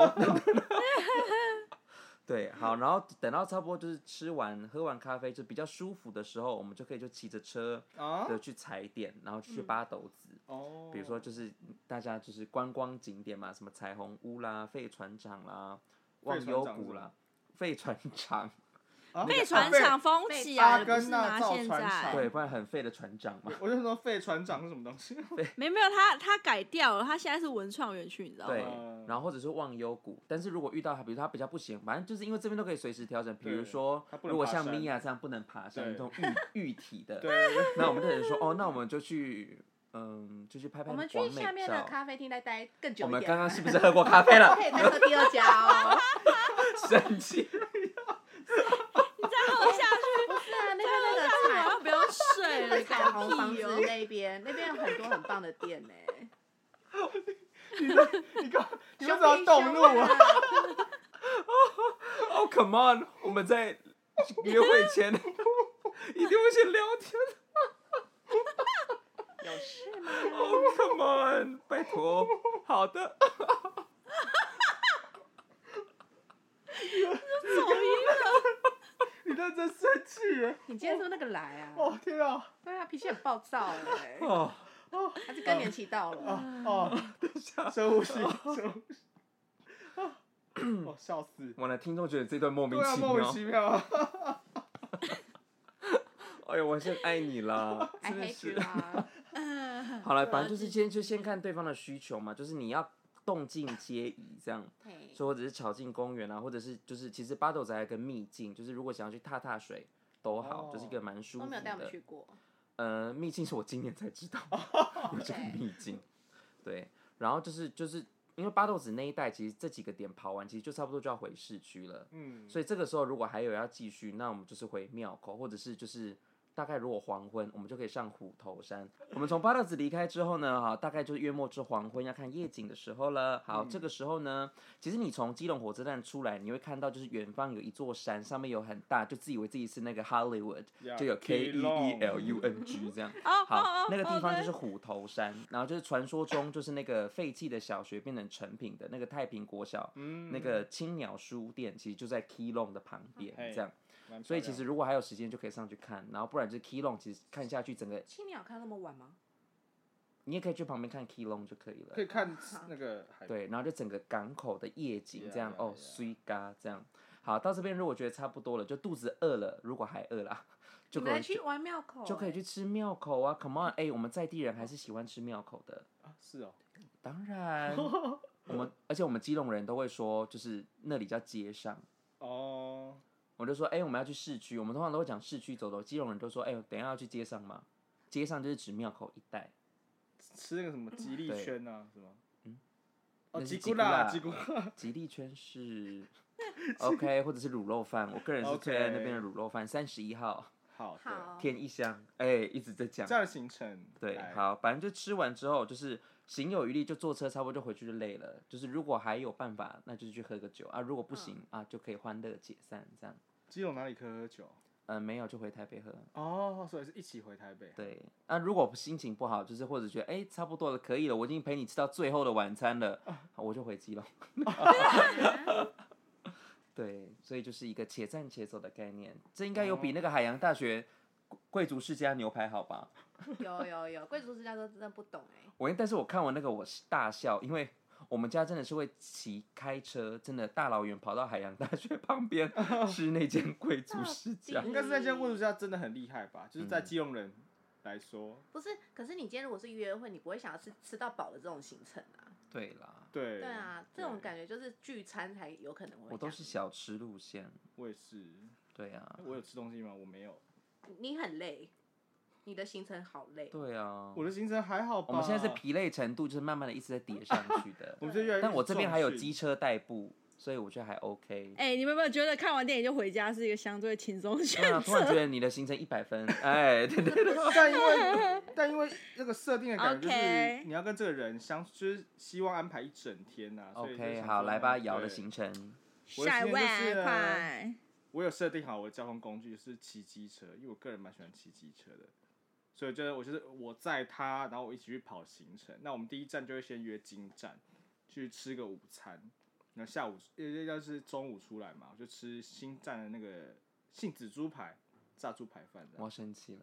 对，好，然后等到差不多就是吃完喝完咖啡就比较舒服的时候，我们就可以就骑着车的去踩点，然后去八斗子。哦、嗯，比如说就是大家就是观光景点嘛，什么彩虹屋啦、废船厂啦、忘忧谷啦、废船厂。 废船厂封起来了，不是吗？现在对，不然很废的船长嘛。 我就说废船长是什么东西？ 没没有，他他改掉了，他现在是文创园区，你知道吗？ 对，然后或者是忘忧谷，但是如果遇到他，比如说他比较不行，反正就是因为这边都可以随时调整。比如说，如果像米娅这样不能爬山，这种玉玉体的，那我们就得说，哦，那我们就去。嗯，就去拍拍我们去下面的咖啡厅再待更久一点。 我们刚刚是不是喝过咖啡了？ 可以再喝第二家哦。 生气。 你再喝下去， 不是啊，那边那个彩， 我要不要睡了？ 彩虹房子那边，那边有很多很棒的店呢。 你你刚你为什么要动怒啊？ 哦 ，Come on， 我们在约会前一定会先聊天。 有事吗？ 哦 ，Come on， 拜托，好的。 你就走音了。 你认真生气耶！ 你今天是不是那个来啊？ 哦天啊！ 对啊，脾气很暴躁哎。 哦哦，还是更年期到了。 哦，等一下，深呼吸，深呼吸。哦，笑死！ 我的听众觉得这段莫名其妙。 莫名其妙。 哎呦，我先爱你啦，真的是。好了，反正就是先就先看对方的需求嘛，就是你要动静皆宜这样，所以或者是巧进公园啊，或者是就是其实八斗子还有个秘境，就是如果想要去踏踏水都好，就是一个蛮舒服的。 都没有带我们去过。 呃，秘境是我今年才知道有这个秘境，对，然后就是就是因为八斗子那一带，其实这几个点跑完，其实就差不多就要回市区了，嗯，所以这个时候如果还有要继续，那我们就是回庙口，或者是就是。大概如果黄昏，我们就可以上虎头山。我们从八斗子离开之后呢，好，大概就是月末至黄昏要看夜景的时候了。好，嗯、这个时候呢，其实你从基隆火车站出来，你会看到就是远方有一座山，上面有很大，就自以为自己是那个 Hollywood， 就有 K E E L U N G 这样。好，那个地方就是虎头山，然后就是传说中就是那个废弃的小学变成成品的那个太平国小，嗯、那个青鸟书店，其实就在 Keelung 的旁边，这样。所以其实如果还有时间就可以上去看，然后不然就是 Keelung 其实看下去整个。 青鸟看那么晚吗？ 你也可以去旁边看 Keelung 就可以了。 可以看那个海。 对，然后就整个港口的夜景这样， yeah, yeah, yeah. 哦，水嘎这样。好，到这边如果觉得差不多了，就肚子饿了，如果还饿啦，就可以去玩庙口， 就可以去吃庙口啊 ！Come on， 哎、欸，我们在地人还是喜欢吃庙口的啊，是哦， 当然，我们而且我们基隆人都会说，就是那里叫街上哦。我就说，哎、欸，我们要去市区，我们通常都会讲市区走走。基隆人都说，哎、欸，等一下要去街上吗？街上就是指庙口一带， 吃那个什么吉利圈啊，是吗？嗯， 哦， 吉古拉，吉古拉，吉利圈是 OK， 或者是卤肉饭，我个人是最爱那边的卤肉饭，三十一号， 好的， 添一箱，哎、欸，一直在讲这样的行程， 对，好，反正就吃完之后，就是行有余力就坐车，差不多就回去就累了。就是如果还有办法，那就是去喝个酒啊；如果不行、嗯、啊，就可以欢乐解散这样。 基隆哪里可以喝酒？ 嗯、呃，没有，就回台北喝。 哦，所以是一起回台北。 对，那、啊、如果心情不好，就是或者觉得哎、欸、差不多了，可以了，我已经陪你吃到最后的晚餐了，啊、我就回基隆。对，所以就是一个且战且走的概念。这应该有比那个海洋大学贵族世家牛排好吧？ 有有有，贵族世家都真的不懂哎、欸。 我但是我看完那个我大笑，因为。我们家真的是会骑开车，真的大老远跑到海洋大学旁边吃那间贵族世家。 应该是那间贵族世家真的很厉害吧？就是在基隆人来说、嗯。 不是，可是你今天如果是约会，你不会想要吃吃到饱的这种行程啊。 对啦。 对。 对啊，这种感觉就是聚餐才有可能会。 我都是小吃路線。 我也是。 对啊。 我有吃东西吗？我没有。 你很累。你的行程好累。 对啊， 我的行程还好吧。 我们现在是疲累程度，就是慢慢的一直在叠上去的。 我们越来越但我这边还有机车代步，所以我觉得还 OK。 哎、欸，你们有没有觉得看完电影就回家是一个相对轻松的选择？ 突然觉得你的行程一百分，哎，对对对。 但因为但因为那个设定的感觉就是你要跟这个人相，就是希望安排一整天呐、啊。 OK， 好，来吧，瑶的行程。 下一位，快！ 我有设定好我的交通工具是骑机车，因为我个人蛮喜欢骑机车的。所以我觉得，我就是我载他，然后我一起去跑行程。那我们第一站就会先约金站，去吃个午餐。那下午要是中午出来嘛，我就吃新站的那个杏子猪排、炸猪排饭。 我要生气了。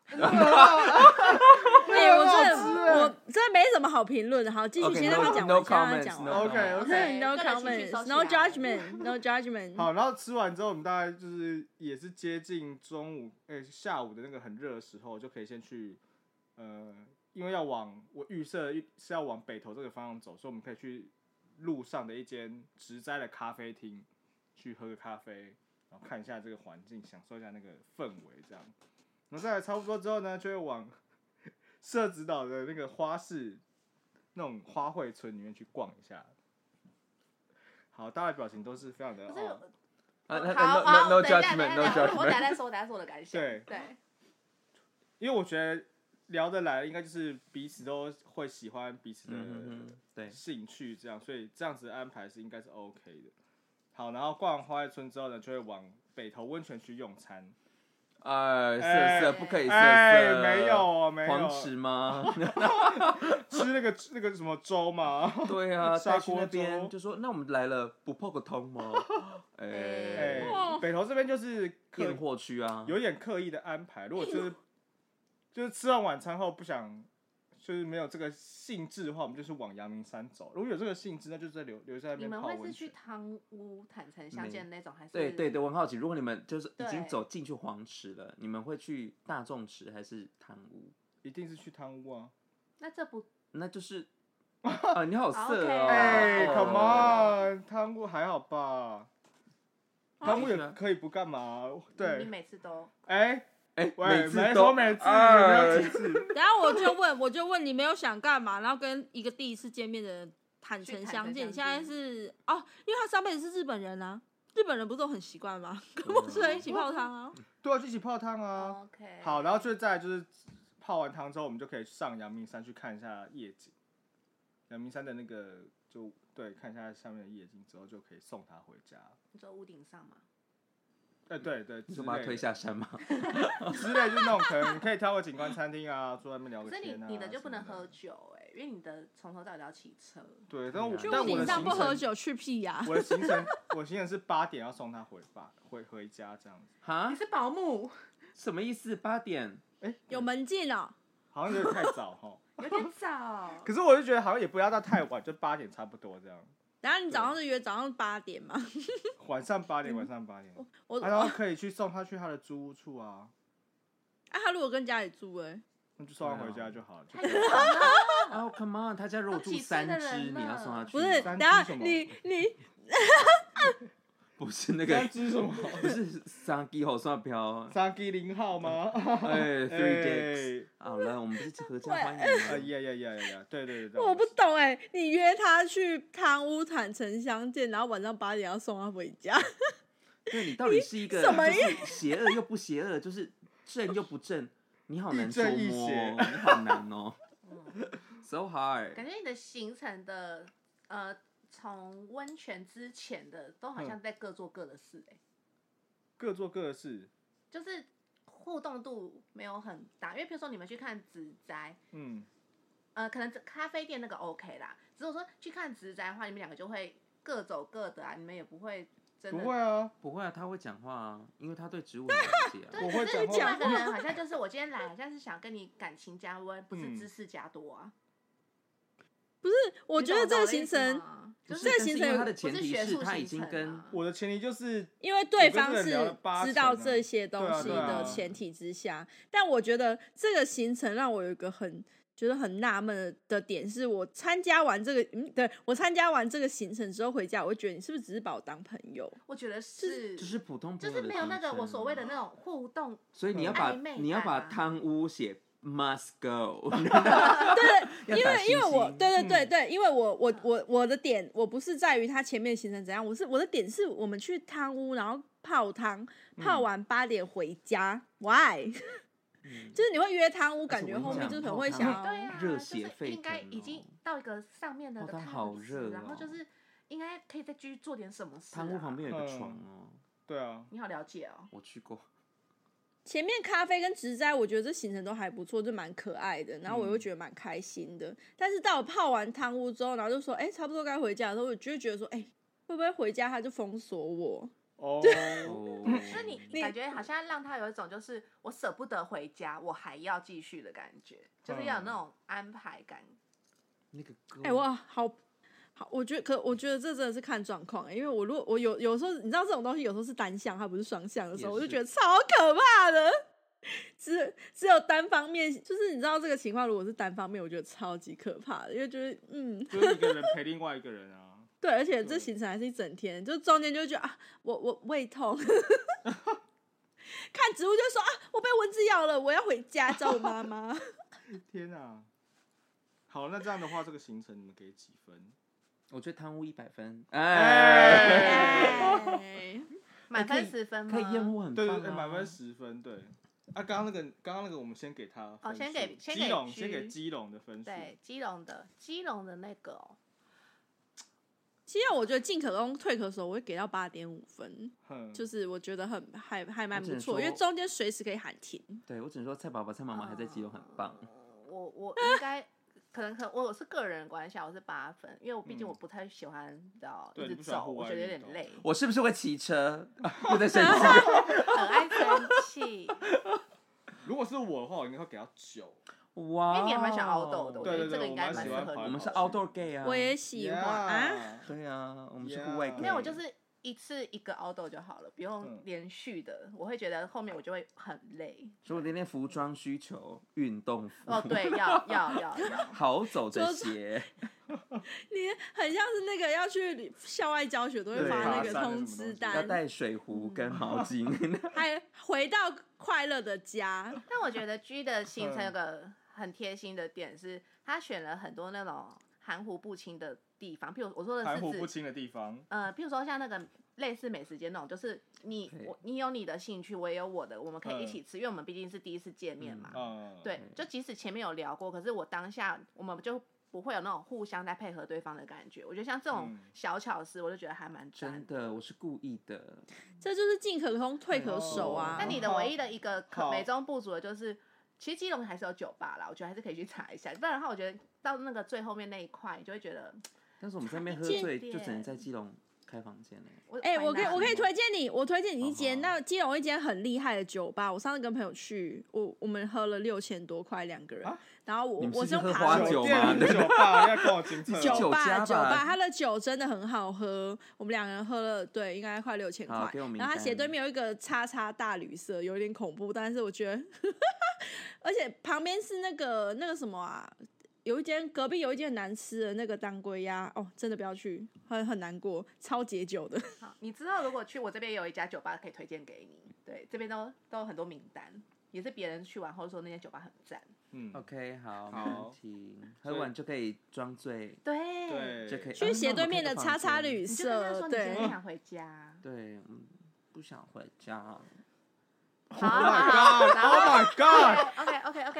哎，我真的我真的没什么好评论的。好，继续先让他讲完，先让他讲完。 OK OK No comments, no judgment, no judgment。 好，然后吃完之后，我们大概就是也是接近中午，哎、欸，下午的那个很热的时候，就可以先去，呃，因为要往我预设是要往北投这个方向走，所以我们可以去路上的一间植栽的咖啡厅去喝个咖啡，然后看一下这个环境，享受一下那个氛围，这样。然后再来差不多之后呢，就会往社子岛的那个花市那种花卉村里面去逛一下。好，大家的表情都是非常的。 不是哦好 ，no no judgment no judgment。 我等下再说，我等下说我的感想。 对对， 因为我觉得聊得来，应该就是彼此都会喜欢彼此的兴趣，这样，所以这样子的安排是应该是 OK 的。好，然后逛完花卉村之后呢，就会往北投温泉区用餐。 哎，色色不可以色色， 哎，没有没有， 黄池吗？ 吃那个那个什么粥吗？ 对啊， 砂锅那边就说，那我们来了不泡个汤吗？哎、 欸欸，北投这边就是验货区啊， 有点刻意的安排。如果就是就是吃完晚餐后不想，就是没有这个兴致的话，我们就是往阳明山走。如果有这个兴致，那就在留留在那边泡温泉。 你们会是去汤屋坦诚相见的那种，还是？ 对对对，我很好奇，如果你们就是已经走进去黄池了，你们会去大众池还是汤屋？ 一定是去汤屋啊。 那这不， 那就是啊，你好色哦！ 哎 ，Come on， 汤屋还好吧？汤屋也可以不干嘛？对， 你每次都哎。 哎， 喂， 每次都每次有没有几次？ 等下我就问，我就问你没有想干嘛，然后跟一个第一次见面的人坦诚相见。你现在是哦，因为他上辈子是日本人啊，日本人不是都很习惯吗？跟陌生人一起泡汤啊。 对啊，就一起泡汤啊。 OK。 好，然后就再就是泡完汤之后，我们就可以上阳明山去看一下夜景。阳明山的那个就对，看一下下面的夜景之后，就可以送他回家。 你说屋顶上吗？ 哎、欸，对对， 你就把他推下山吗？ 之类就是那种可能你可以挑个景观餐厅啊，坐在那边聊个天啊。 可是你你的就不能喝酒哎、欸，因为你的从头到尾都要骑车。 对，但我去但我的行程不喝酒去屁呀、啊！ 我的行程我的行程是八点要送他回爸回回家这样子。 哈？ 你是保姆？ 什么意思？八点？ 哎、欸， 有门禁哦。 好像有点太早哈。 有点早。 可是我就觉得好像也不要到太晚，就八点差不多这样。 然后你早上是约早上八点吗？ 晚上八点，晚上八点。 我、 啊、然后可以去送他去他的租屋处啊。 啊，他如果跟家里住哎、欸， 那就送他回家就好了。 哦、oh, ，Come on， 他家如果住三只，你要送他去？ 不是，等下你你。 不是那个三只什么？ 不是三鸡好算飘， 三鸡零号吗？ 哎 ，three dicks。好了，我们不是合家欢迎吗？ 啊呀呀呀呀呀！对对对。 我不懂哎，你约他去汤屋坦诚相见，然后晚上八点要送他回家。 对，你到底是一个就是邪恶又不邪恶，就是正又不正，你好难捉摸，你好难哦。So hard。 感觉你的行程的呃。从温泉之前的都好像在各做各的事哎、欸， 各做各的事， 就是互动度没有很大，因为比如说你们去看植栽，嗯，呃，可能咖啡店那个 OK 啦，只是我说去看植栽的话，你们两个就会各走各的啊，你们也不会真的不会啊， 不会啊，他会讲话啊，因为他对植物很了解啊。 我会讲话。 另外一个人好像就是我今天来，好像是想跟你感情加温，不是知识加多啊。 嗯不是，我觉得这个行程， 就是这个行程他的前提是他已经跟我的前提就是因为对方是知道这些东西的前提之下，但我觉得这个行程让我有一个很觉得很纳闷的点是，我参加完这个，嗯，对我参加完这个行程之后回家，我会觉得你是不是只是把我当朋友？ 我觉得是， 就是普通朋友， 就是没有那个我所谓的那种互动， 所以你要把你要把汤屋写。Must go 对，因为因为我对对对对，因为我我我我的点我不是在于他前面行程怎样，我是我的点是我们去汤屋，然后泡汤，泡完八点回家、嗯、，Why？、嗯、就是你会约汤屋，感觉后面就是可能会想要对啊， 热血沸腾、哦， 应该已经到一个上面的汤好热、哦， 然后就是应该可以再继续做点什么事、啊。 汤屋旁边有个床哦、嗯， 对啊， 你好了解哦， 我去过。 前面咖啡跟植栽，我觉得这行程都还不错，就蛮可爱的，然后我又觉得蛮开心的。嗯、但是到我泡完汤屋之后，然后就说，哎、欸，差不多该回家的时候，我就会觉得说，哎、欸，会不会回家他就封锁我？ 哦， 就是你你感觉好像让他有一种就是我舍不得回家，我还要继续的感觉，就是要有那种安排感。 那个歌， 哎、欸，我好好，我觉得可我觉得这真的是看状况、欸，因为我如果我有有时候你知道这种东西有时候是单向，它不是双向的时候，我就觉得超可怕的。只只有单方面，就是你知道这个情况如果是单方面，我觉得超级可怕的，因为就是嗯， 就是一个人陪另外一个人啊。 对，而且这行程还是一整天，就中间就会觉得啊，我我胃痛，看植物就说啊，我被蚊子咬了，我要回家找我妈妈。 天啊！好，那这样的话，这个行程你们给几分？ 我觉得贪污一百分， 哎， 满分十分吗？ 可以验屋很棒、啊， 对对对，满分十分，对。啊，刚刚那个，刚刚那个，我们先给他哦，先给先给基隆，先给基隆的分数。 对，基隆的基隆的那个、哦。 其实我觉得进可攻退可守，我会给到八点五分，就是我觉得很还还蛮不错，因为中间随时可以喊停。 对，我只能说蔡宝宝、蔡妈妈还在基隆很棒。 呃、我我应该可能可能我是个人关系，我是八分，因为我毕竟我不太喜欢，你知道一直走，我觉得有点累。 我是不是会骑车？又在生气， 很爱生气。 如果是我的话，我应该会给到九。 哇， 因为你还蛮喜欢 outdoor 的，我觉得这个应该蛮适合你。 我们是 outdoor gay 啊， 我也喜欢 yeah, 啊。 对啊，我们是户外 gay。 没有，我就是一次一个 outdoor 就好了，不用连续的，我会觉得后面我就会很累。 所以我连连服装需求，运动服。 哦，对，要要要要。 好走的鞋。 你很像是那个要去校外教学都会发那个通知单， 要带水壶跟毛巾， 还回到快乐的家。 但我觉得 G 的行程有个很贴心的点是，他选了很多那种含糊不清的地方，譬如我说的是含糊不清的地方， 呃，譬如说像那个类似美食街那种，就是你我你有你的兴趣，我也有我的，我们可以一起吃，嗯、因为我们毕竟是第一次见面嘛。 嗯、 对，就即使前面有聊过，可是我当下我们就不会有那种互相在配合对方的感觉。我觉得像这种小巧思，我就觉得还蛮真的，我是故意的。 这就是进可攻退可守啊。 那、哦、你的唯一的一个可美中不足的就是。其实基隆还是有酒吧啦，我觉得还是可以去查一下。不然的话，我觉得到那个最后面那一块，你就会觉得。 但是我们在那边喝醉，就只能在基隆开房间嘞。 哎、欸，我可以，我可以推荐你，我推荐你一间，那基隆一间很厉害的酒吧。我上次跟朋友去，我我们喝了六千多块两个人，啊、然后我我是用爬酒吗？ 酒吧要跟我精彩。 酒吧酒吧，它的酒真的很好喝。我们两个人喝了，对，应该快六千块。然后它斜对面有一个叉叉大旅社，有点恐怖，但是我觉得。而且旁边是那个那个什么啊，有一间隔壁有一间很难吃的那个当归鸭哦，真的不要去，很很难过，超解酒的。 好，你知道如果去我这边有一家酒吧可以推荐给你，对，这边都都有很多名单，也是别人去完后说那间酒吧很赞。 嗯 ，OK， 好，没问题，喝完就可以装醉， 对， 对， 就可以去斜对面的叉叉旅社， 对，你想回家， 对，嗯，不想回家。 好好 ，Oh my God！OK OK OK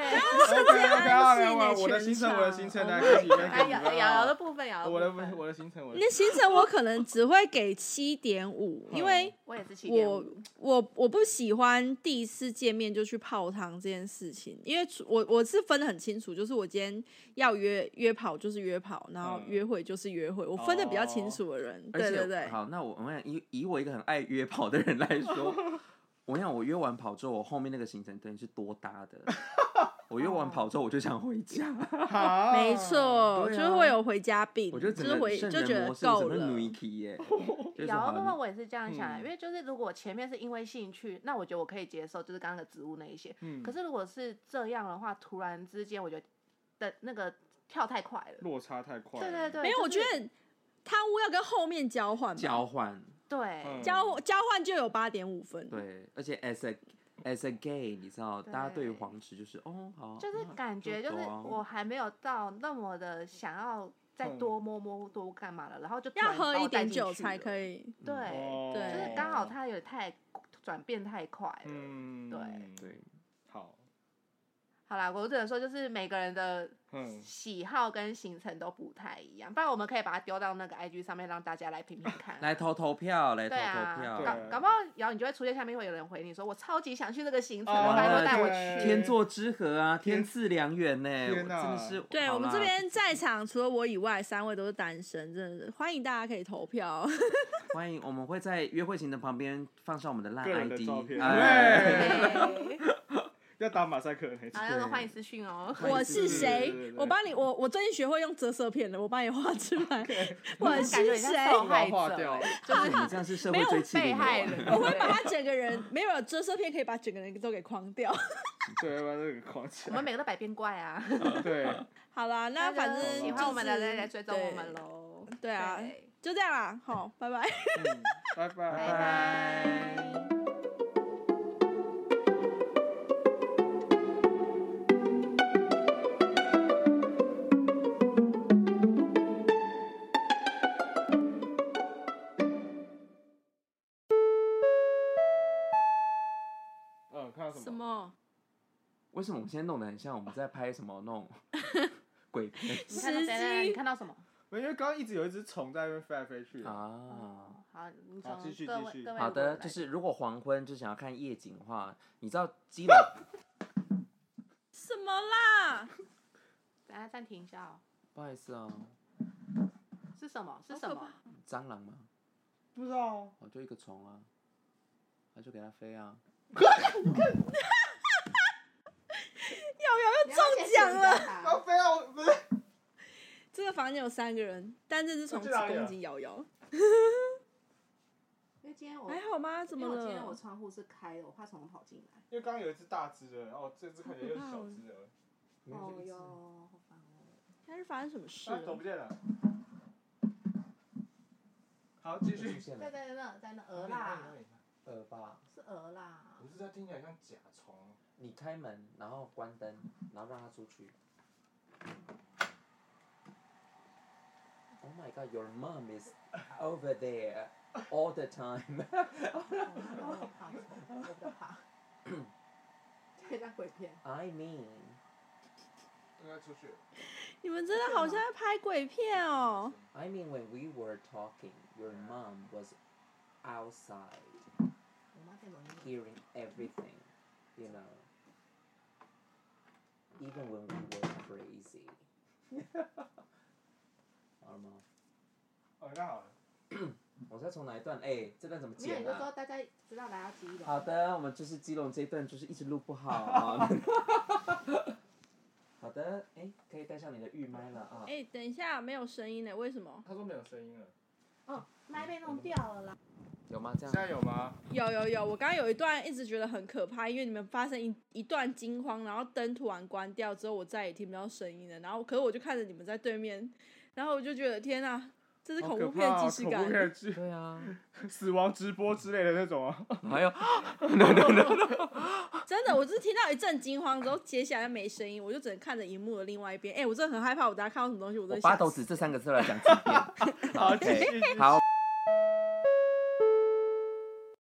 OK OK，我的行程，我的行程来给几分？ 瑶瑶瑶的部分，瑶我的我的行程，我的你的行程我可能只会给七点五，因为我也是七点五。 我我不喜欢第一次见面就去泡汤这件事情，因为我我是分得很清楚，就是我今天要约约跑就是约跑，然后约会就是约会，我分得比较清楚的人。对对对。 好，那我我想以以我一个很爱约跑的人来说。我想我约完跑之后，我后面那个行程等于是多搭的。我约完跑之后，我就想回家。 没错，啊、就是会有回家病。 我就就是回就觉得够了。 摇的话，我也是这样想、嗯，因为就是如果前面是因为兴趣，那我觉得我可以接受，就是刚刚的植物那一些。嗯、可是如果是这样的话，突然之间，我觉得的那个跳太快了， 落差太快了。 对对对， 没有， 就是、 我觉得贪污要跟后面交换。 交换。 对， 嗯、 交交换就有八点五分。 对，而且 as a as a gay， 你知道，大家对于黄池就是哦好， 就是感觉就是我还没有到那么的想要再多摸摸多干嘛了，然后就要喝一点酒才可以。 对、 嗯、 对， 就是刚好它有太转变太快了。 嗯， 对对， 好。 好啦，我只能说就是每个人的喜好跟行程都不太一样，不然我们可以把它丢到那个 I G 上面让大家来评评看， 来投投票，来投投票。 对啊，搞搞不好然后你就会出现下面会有人回你说我超级想去这个行程，哦、拜托带我去。 天作之合啊，天赐良缘呢，真的是。 对我们这边在场除了我以外，三位都是单身，真的是欢迎大家可以投票。 欢迎，我们会在约会行的旁边放上我们的烂 I D， 对。要打马赛克那种。好，要说欢迎私讯哦。 我是谁？我帮你，我我最近学会用折射片了，我帮你画出来。我是谁？ 受害者， 就是你这样是社会追妻被害人。 我会把他整个人没有折射片，可以把整个人都给框掉。 对，把这个框起来。 我们每个都百变怪啊。 对。 好啦，那反正喜欢我们的人来追踪我们喽。 对啊，就这样啦。好，拜拜。 拜拜拜拜。 什么？ 为什么我们现在弄得很像我们在拍什么那种鬼片？ 你看到谁？你看到什么？ 因为刚刚一直有一只虫在那边飞来飞去。 啊， 好，你好，继续继续。 好的，就是如果黄昏就想要看夜景的话，你知道基隆什么啦？ 等下暂停一下哦。 不好意思哦。 是什么？是什么？ 蟑螂吗？ 不知道。 哦，就一个虫啊，那就给它飞啊。 瑶瑶又中奖了！ 要飞啊！不是， 这个房间有三个人，但这只虫只攻击瑶瑶。 因为今天我还好吗？怎么了？ 因为今天我窗户是开的，我怕虫跑进来。 因为刚刚有一只大只的，哦，这只看起来又是小只的。 哦哟，好烦哦！ 但是发生什么事了？ 走不见了。好，继续。 在在那，在那鹅啦。 鹅吧。 是鹅啦。 不是，它听起来像甲虫。 你开门，然后关灯，然后让它出去。Oh my God, your mom is over there all the time. 我怕虫，我比较怕。这像鬼片。 I mean. 应该出去。 你们真的好像在拍鬼片哦。 I mean, when we were talking, your mom was outside, hearing everything, you know. Even when we were crazy. 好了吗？ 哦，那好了。 我在从哪一段？哎、欸，这段怎么剪啊？ 没有，你就说大家知道来到基隆。 好的，我们就是基隆这一段就是一直录不好啊。好的，哎、欸，可以带上你的预麦了啊。 哎、欸，等一下，没有声音呢，为什么？ 他说没有声音了。 哦，麦被弄掉了啦。 有吗？这样？ 现在有吗？ 有有有，我刚刚有一段一直觉得很可怕，因为你们发生一一段惊慌，然后灯突然关掉之后，我再也听不到声音了。然后，可是我就看着你们在对面，然后我就觉得天啊，这是恐怖片既视感。 恐怖片剧。 对啊， 死亡直播之类的那种啊。 还有，no no no。 真的，我就是听到一阵惊慌之后，接下来没声音，我就只能看着荧幕的另外一边。哎、欸，我真的很害怕，我等下看到什么东西，我都会。 我八斗子这三个字来讲几遍。 好，继续。 好。